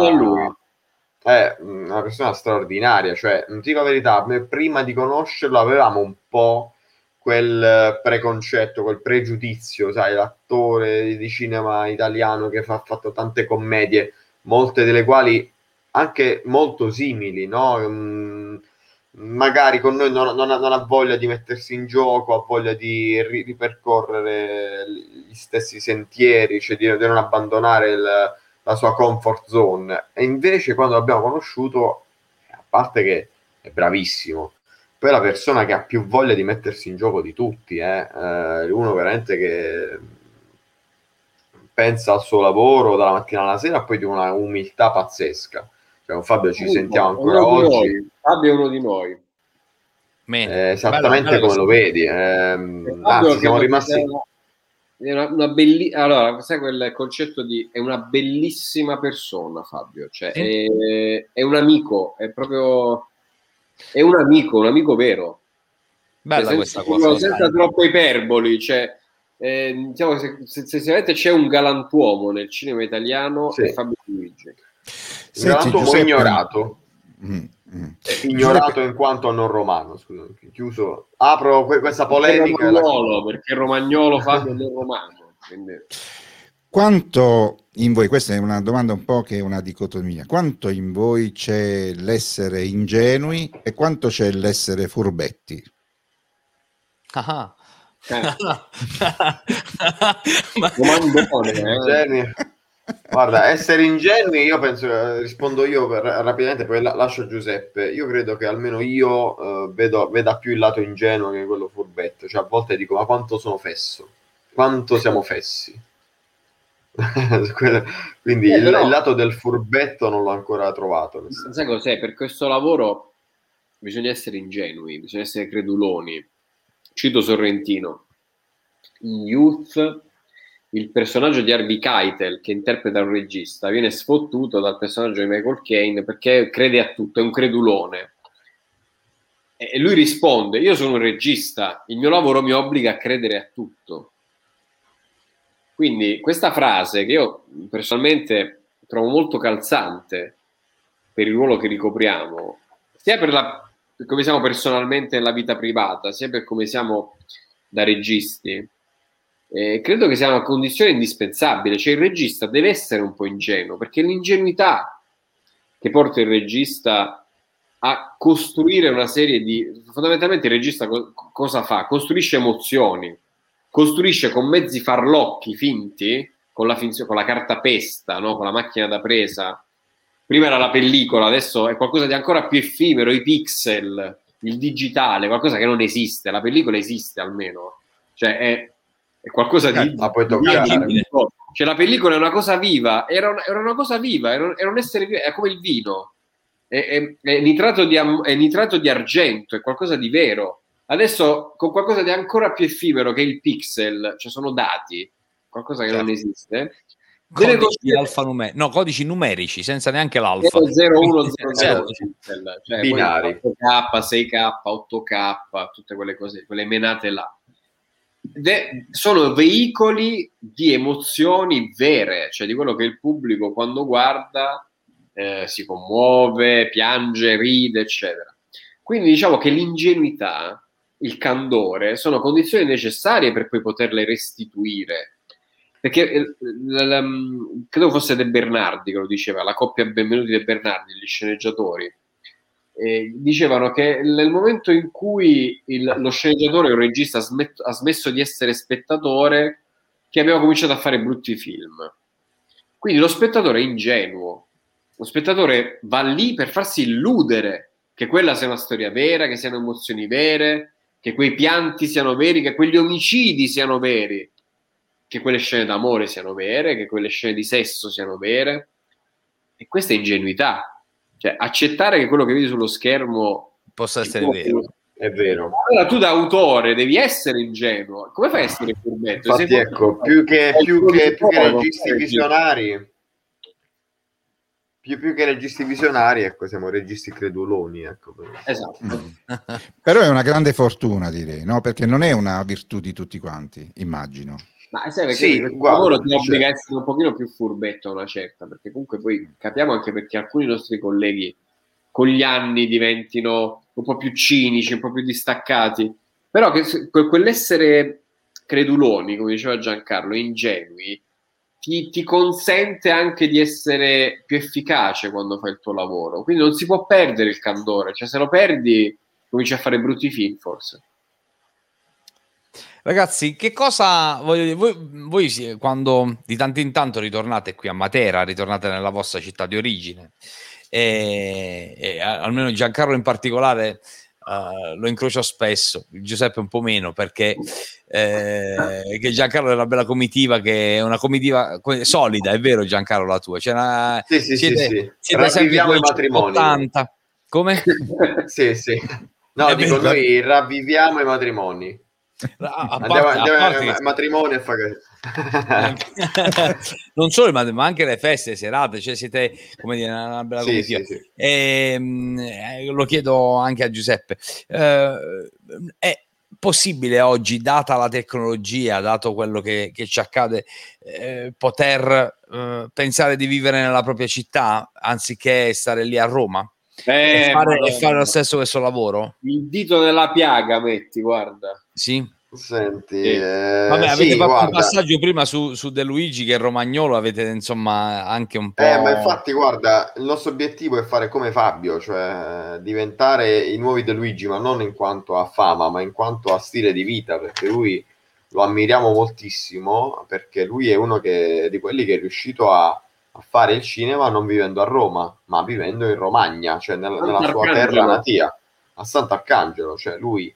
una persona straordinaria, cioè, non ti dico la verità, prima di conoscerlo avevamo un po' quel preconcetto, quel pregiudizio, sai, l'attore di cinema italiano che ha fatto tante commedie, molte delle quali anche molto simili, no? Magari con noi non ha voglia di mettersi in gioco, ha voglia di ripercorrere gli stessi sentieri, cioè di non abbandonare la sua comfort zone. E invece quando l'abbiamo conosciuto, a parte che è bravissimo, poi è la persona che ha più voglia di mettersi in gioco di tutti, uno veramente che pensa al suo lavoro dalla mattina alla sera, poi di una umiltà pazzesca. Cioè, con Fabio ci sentiamo ancora oggi. Fabio è uno di noi. Esattamente bello, come lo vedi. Anzi, siamo rimasti... Allora, sai quel concetto di è una bellissima persona, Fabio. Cioè, è un amico, è proprio... È un amico vero. Bella questa cosa. Senza troppo iperboli, cioè... diciamo, se c'è un galantuomo nel cinema italiano, sì, è Fabio Luigi. Galantuomo Giuseppe... ignorato. Ignorato in quanto non romano. Scusa, chiuso. Apro questa polemica. Perché Romagnolo Fabio non romano. Quindi... Quanto in voi, questa è una domanda un po' che è una dicotomia, quanto in voi c'è l'essere ingenui e quanto c'è l'essere furbetti? Ah. Guarda, essere ingenui, io penso, rispondo io rapidamente, poi lascio Giuseppe. Io credo che almeno io veda più il lato ingenuo che quello furbetto, cioè a volte dico, ma quanto sono fesso, quanto siamo fessi. Quindi il lato del furbetto non l'ho ancora trovato. Sai cos'è? Per questo lavoro bisogna essere ingenui, bisogna essere creduloni. Cito Sorrentino. In Youth, il personaggio di Harvey Keitel, che interpreta un regista, viene sfottuto dal personaggio di Michael Caine perché crede a tutto, è un credulone. E lui risponde: io sono un regista, il mio lavoro mi obbliga a credere a tutto. Quindi questa frase, che io personalmente trovo molto calzante per il ruolo che ricopriamo, sia per come siamo personalmente nella vita privata, sia per come siamo da registi, credo che sia una condizione indispensabile. Cioè il regista deve essere un po' ingenuo, perché è l'ingenuità che porta il regista a costruire una serie di... Fondamentalmente il regista cosa fa? Costruisce emozioni, costruisce con mezzi farlocchi finti, con la cartapesta, no? Con la macchina da presa. Prima era la pellicola, adesso è qualcosa di ancora più effimero, i pixel, il digitale, qualcosa che non esiste. La pellicola esiste almeno, cioè è qualcosa di... Ma puoi toccare. Cioè la pellicola è una cosa viva, era una cosa viva, era un essere vivo, è come il vino, è nitrato di argento, è qualcosa di vero. Adesso con qualcosa di ancora più effimero che il pixel, cioè sono dati, qualcosa che non esiste. Codici numerici senza neanche l'alfa, 0, 1, 0, 0, cioè binari, 8K, 6K, 8K, tutte quelle cose, quelle menate là. Sono veicoli di emozioni vere, cioè di quello che il pubblico quando guarda si commuove, piange, ride, eccetera. Quindi diciamo che l'ingenuità, il candore sono condizioni necessarie per poi poterle restituire. Perché credo fosse De Bernardi che lo diceva, la coppia Benvenuti De Bernardi, gli sceneggiatori, dicevano che nel momento in cui lo sceneggiatore o il regista ha smesso di essere spettatore, che abbiamo cominciato a fare brutti film. Quindi lo spettatore è ingenuo, lo spettatore va lì per farsi illudere che quella sia una storia vera, che siano emozioni vere, che quei pianti siano veri, che quegli omicidi siano veri, che quelle scene d'amore siano vere, che quelle scene di sesso siano vere. E questa è ingenuità. Cioè, accettare che quello che vedi sullo schermo possa essere vero. È vero. Allora tu da autore devi essere ingenuo. Come fai a essere furbetto? Infatti ecco, più che registi visionari, più che registi visionari, ecco, siamo registi creduloni, ecco. Esatto. Però è una grande fortuna, direi, no? Perché non è una virtù di tutti quanti, immagino. Ma sai, perché Sì, il guarda, lavoro ti cioè, obbliga a essere un pochino più furbetto a una certa, perché comunque poi capiamo anche perché alcuni nostri colleghi con gli anni diventino un po' più cinici, un po' più distaccati, però che quell'essere creduloni, come diceva Giancarlo, ingenui, ti consente anche di essere più efficace quando fai il tuo lavoro, quindi non si può perdere il candore, cioè se lo perdi cominci a fare brutti film forse. Ragazzi, che cosa voi quando di tanto in tanto ritornate qui a Matera, ritornate nella vostra città di origine, e almeno Giancarlo in particolare lo incrocio spesso, Giuseppe un po' meno, perché che Giancarlo è una bella comitiva, che è una comitiva solida, è vero Giancarlo la tua? Siete sempre i matrimoni. 80. Come? Sì. No, dico, noi ravviviamo i matrimoni. Andiamo ai matrimoni e non solo ma anche le feste, le serate, cioè siete, come dire, una bella comitiva. Sì. Lo chiedo anche a Giuseppe, è possibile oggi, data la tecnologia, dato quello che ci accade, poter pensare di vivere nella propria città anziché stare lì a Roma e fare lo stesso questo lavoro? Il dito nella piaga metti, guarda. Sì. Senti, vabbè, avete fatto un passaggio prima su De Luigi, che è romagnolo, avete insomma anche un po'. Ma infatti, guarda, il nostro obiettivo è fare come Fabio, cioè diventare i nuovi De Luigi, ma non in quanto a fama, ma in quanto a stile di vita, perché lui lo ammiriamo moltissimo, perché lui è uno di quelli che è riuscito a fare il cinema non vivendo a Roma, ma vivendo in Romagna, cioè nella sua terra natia, a Sant'Arcangelo, cioè lui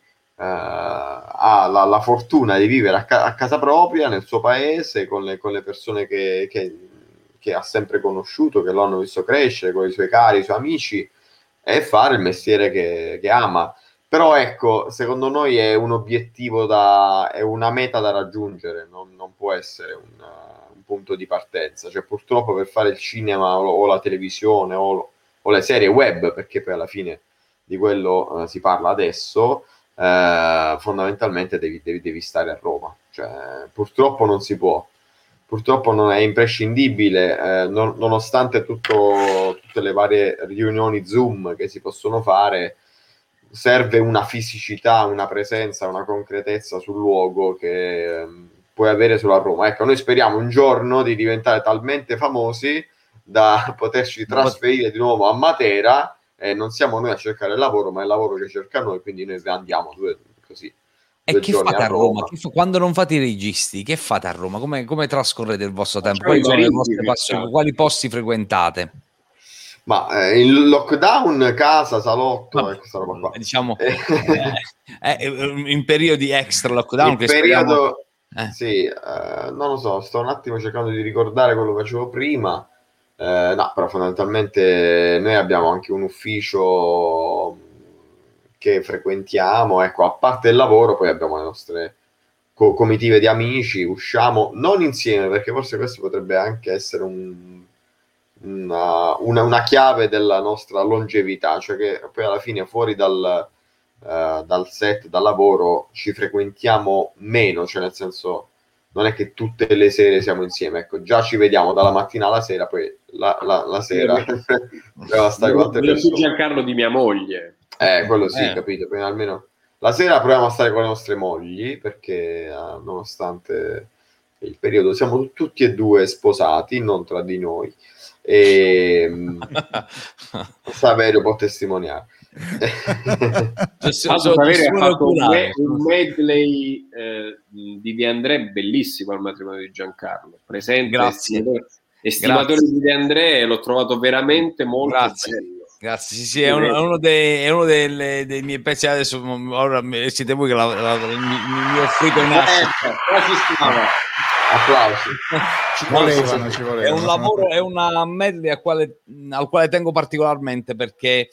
ha la fortuna di vivere a casa propria, nel suo paese, con le persone che ha sempre conosciuto, che lo hanno visto crescere, con i suoi cari, i suoi amici, e fare il mestiere che ama. Però ecco, secondo noi è un obiettivo è una meta da raggiungere, non può essere un punto di partenza. Cioè, purtroppo, per fare il cinema o la televisione o le serie web, perché poi alla fine di quello si parla adesso, fondamentalmente devi stare a Roma, cioè, purtroppo non si può, purtroppo non è imprescindibile, nonostante tutte le varie riunioni Zoom che si possono fare, serve una fisicità, una presenza, una concretezza sul luogo che puoi avere solo a Roma. Ecco, noi speriamo un giorno di diventare talmente famosi da poterci trasferire di nuovo a Matera. Non siamo noi a cercare il lavoro, ma è il lavoro che cerca noi, quindi noi andiamo due che fate a Roma? Quando non fate i registi, che fate a Roma? Come trascorrete il vostro tempo? Quali sono le vostre passioni? Quali posti frequentate? Ma in lockdown, casa, salotto, questa roba qua. Diciamo in periodi extra lockdown. In periodo, sì, non lo so, sto un attimo cercando di ricordare quello che facevo prima. No, però fondamentalmente noi abbiamo anche un ufficio che frequentiamo, ecco, a parte il lavoro poi abbiamo le nostre comitive di amici, usciamo non insieme, perché forse questo potrebbe anche essere una chiave della nostra longevità, cioè che poi alla fine fuori dal set, dal lavoro ci frequentiamo meno, cioè nel senso non è che tutte le sere siamo insieme, ecco, già ci vediamo dalla mattina alla sera, poi la sera dobbiamo stare con altre persone. Giancarlo di mia moglie. Quello sì, capito, poi almeno la sera proviamo a stare con le nostre mogli, perché nonostante il periodo siamo tutti e due sposati, non tra di noi, e Saverio può testimoniare. Saverio ha fatto un medley di De André bellissimo al matrimonio di Giancarlo, presente. Grazie. Estimatore di De André, l'ho trovato veramente molto bello. Grazie, sì, è uno dei miei pezzi. Adesso ora siete voi che mi offrite un Applausi. Ci volevano. È un lavoro, è una medley al quale tengo particolarmente, perché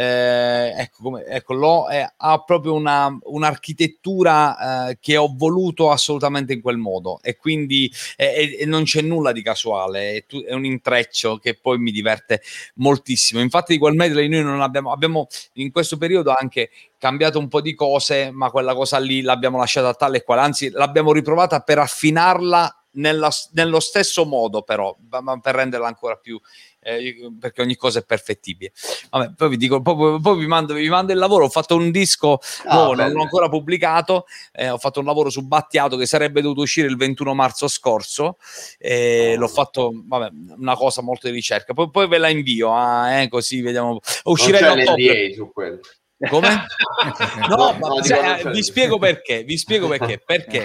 ha proprio un'architettura che ho voluto assolutamente in quel modo, e quindi non c'è nulla di casuale, è un intreccio che poi mi diverte moltissimo. Infatti di quel medley noi non abbiamo in questo periodo anche cambiato un po' di cose, ma quella cosa lì l'abbiamo lasciata tale e quale, anzi l'abbiamo riprovata per affinarla nello stesso modo, però, ma per renderla ancora più, perché ogni cosa è perfettibile. Vabbè, poi vi dico, poi vi mando il lavoro. Ho fatto un disco nuovo, non l'ho ancora pubblicato, ho fatto un lavoro su Battiato che sarebbe dovuto uscire il 21 marzo scorso, l'ho fatto, vabbè, una cosa molto di ricerca, poi ve la invio, così vediamo. Uscirà in ottobre su quello. Come? Vi spiego perché. Perché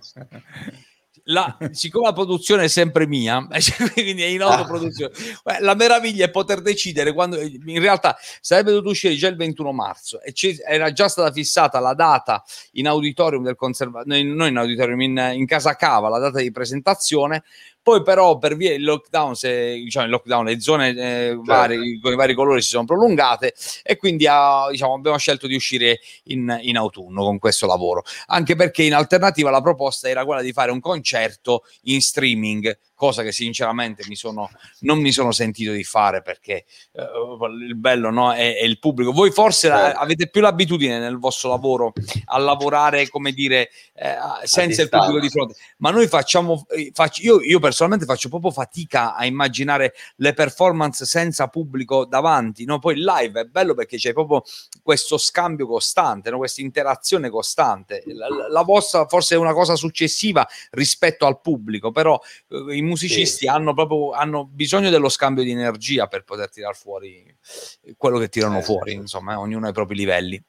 siccome la produzione è sempre mia, quindi è in autoproduzione, la meraviglia è poter decidere quando. In realtà sarebbe dovuto uscire già il 21 marzo e era già stata fissata la data in auditorium del conservatorio, non in auditorium, in Casa Cava, la data di presentazione. Poi però per via del lockdown, le zone varie, con i vari colori si sono prolungate, e quindi abbiamo scelto di uscire in autunno con questo lavoro, anche perché in alternativa la proposta era quella di fare un concerto in streaming, cosa che sinceramente non mi sono sentito di fare, perché il bello, no, è il pubblico. Voi forse avete più l'abitudine nel vostro lavoro a lavorare, come dire, senza il pubblico di fronte, ma noi io personalmente faccio proprio fatica a immaginare le performance senza pubblico davanti, no? Poi il live è bello perché c'è proprio questo scambio costante, no? Questa interazione costante. La vostra forse è una cosa successiva rispetto al pubblico, però i musicisti hanno bisogno dello scambio di energia per poter tirar fuori quello che tirano fuori, insomma, ognuno ha i propri livelli.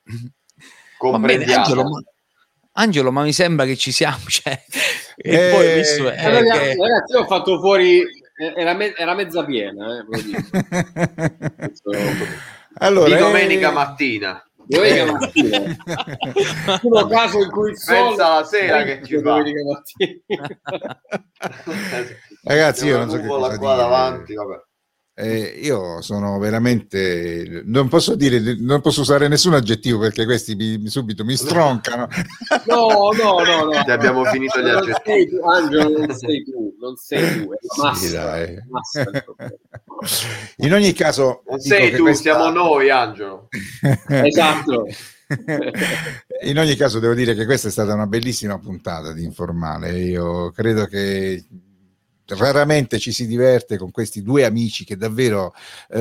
Angelo, ma mi sembra che ci siamo, poi visto, ragazzi, io ho fatto fuori, era mezza piena, allora, di domenica mattina. Uno caso in cui il sole pensa la sera che ci fa. Ragazzi, io non so che cosa qua dire. Davanti, vabbè. Io sono veramente, non posso usare nessun aggettivo perché questi subito mi stroncano. No. Abbiamo finito gli aggettivi. Angelo, non sei tu, è la massa. In ogni caso, non sei tu, siamo noi, Angelo. Esatto. In ogni caso devo dire che questa è stata una bellissima puntata di Informale. Io credo che raramente ci si diverte con questi due amici che davvero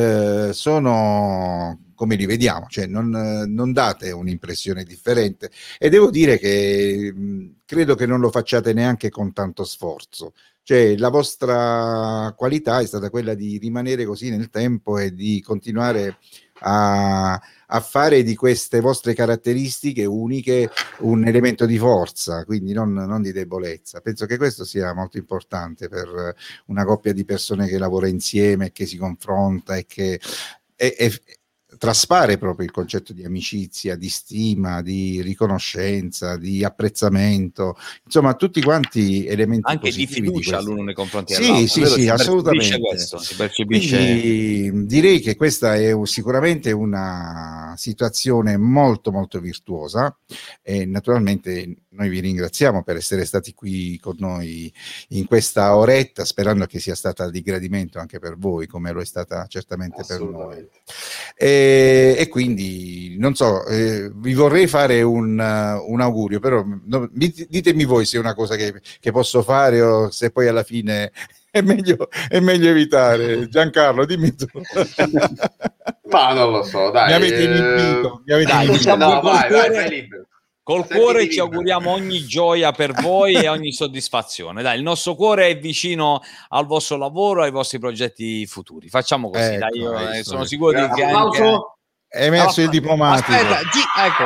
sono come li vediamo, cioè non date un'impressione differente, e devo dire che credo che non lo facciate neanche con tanto sforzo. Cioè, la vostra qualità è stata quella di rimanere così nel tempo e di continuare a fare di queste vostre caratteristiche uniche un elemento di forza, quindi non di debolezza. Penso che questo sia molto importante per una coppia di persone che lavora insieme, che si confronta e che traspare proprio il concetto di amicizia, di stima, di riconoscenza, di apprezzamento, insomma tutti quanti elementi anche di fiducia l'uno nei confronti dell'altro. Sì, assolutamente. Si percepisce. Quindi direi che questa è sicuramente una situazione molto molto virtuosa, e naturalmente noi vi ringraziamo per essere stati qui con noi in questa oretta, sperando che sia stata di gradimento anche per voi, come lo è stata certamente per noi. E quindi non so, vi vorrei fare un augurio, però ditemi voi se è una cosa che posso fare o se poi alla fine è meglio evitare. Giancarlo, dimmi tu. Ma non lo so, dai. Mi avete inibito. No, vai libero. Col cuore ci auguriamo ogni gioia per voi e ogni soddisfazione. Dai, il nostro cuore è vicino al vostro lavoro e ai vostri progetti futuri. Facciamo così, ecco, dai, io sono sicuro che anche... È emerso il diplomatico. Aspetta, ecco.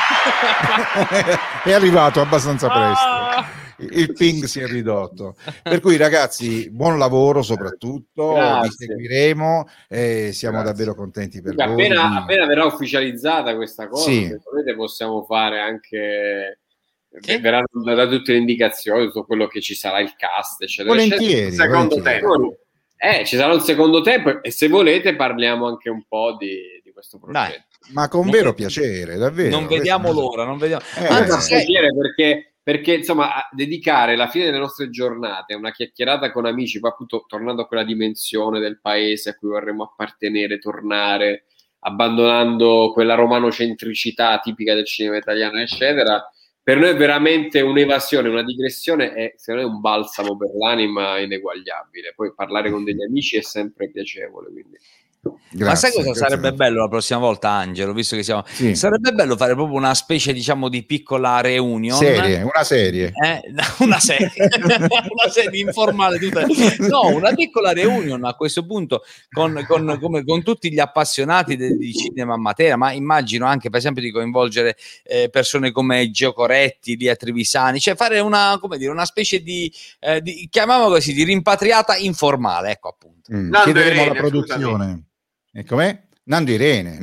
È arrivato abbastanza presto. Il ping si è ridotto, per cui ragazzi, buon lavoro soprattutto. Grazie. Vi seguiremo e siamo davvero contenti per voi. Appena verrà ufficializzata questa cosa, possiamo fare anche verranno da tutte le indicazioni su quello che ci sarà il cast, eccetera. Volentieri, secondo tempo. Ci sarà un secondo tempo e se volete parliamo anche un po' di questo progetto. Dai, ma con vero piacere, davvero. Non vediamo l'ora, non vediamo. Perché insomma dedicare la fine delle nostre giornate a una chiacchierata con amici, poi appunto tornando a quella dimensione del paese a cui vorremmo appartenere, tornare, abbandonando quella romanocentricità tipica del cinema italiano, eccetera, per noi è veramente un'evasione, una digressione e secondo me un balsamo per l'anima ineguagliabile. Poi parlare con degli amici è sempre piacevole, quindi. Grazie, ma sai cosa sarebbe bello la prossima volta, Angelo, visto che siamo sarebbe bello fare proprio una specie, diciamo, di piccola reunion, una serie una serie informale una piccola reunion a questo punto con tutti gli appassionati di cinema a Matera, ma immagino anche per esempio di coinvolgere persone come Gio Coretti, Lia Trivisani, cioè fare una specie di chiamiamolo così, di rimpatriata informale, ecco appunto. Chiederemo la produzione. E com'è? Nando Irene,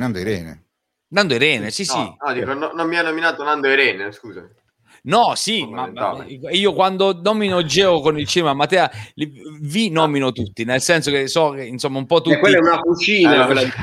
sì. Dico, non mi ha nominato Nando Irene, scusa. No, sì, ma io quando nomino Geo con il cinema Matera vi nomino tutti, nel senso che so che insomma un po' tutti. Quella è una cucina,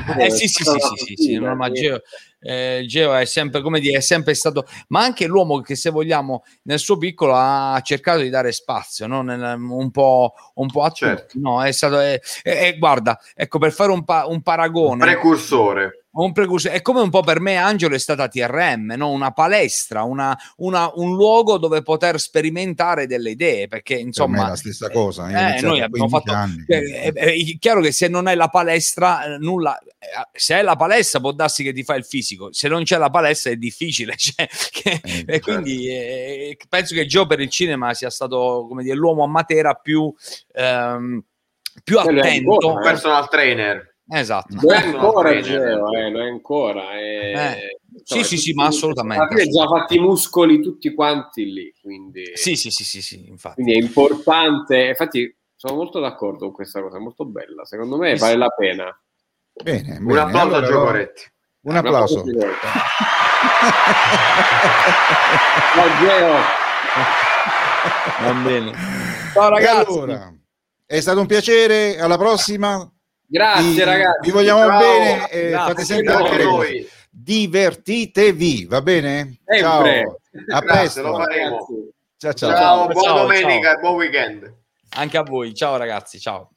sì, no, ma Geo è sempre, come dire, è sempre stato, ma anche l'uomo che, se vogliamo, nel suo piccolo ha cercato di dare spazio, no? un po' a tutti, no? È stato, guarda, ecco, per fare un paragone, un precursore, è come un po' per me Angelo è stata TRM, no? Una palestra, un luogo dove poter sperimentare delle idee, perché insomma è la stessa cosa. Noi abbiamo fatto è chiaro che se non è la palestra nulla, se è la palestra può darsi che ti fa il fisico, se non c'è la palestra è difficile, e quindi penso che Gio per il cinema sia stato, come dire, l'uomo a Matera più attento, un personal trainer. Esatto, lo è ancora Geo, lo è ancora. Sì, ma assolutamente. Ha già fatti i muscoli tutti quanti lì, quindi sì, infatti. Quindi è importante. Infatti, sono molto d'accordo con questa cosa, è molto bella. Secondo me vale la pena. Bene. Un applauso a Gio Coretti. Un applauso. Geo. Va bene. Ciao ragazzi. Allora, è stato un piacere. Alla prossima. Grazie ragazzi, vi vogliamo bene e fate sempre anche noi. Divertitevi, va bene? Sempre. Ciao, a presto. Lo faremo. Ciao. Buona domenica e buon weekend anche a voi. Ciao ragazzi, ciao.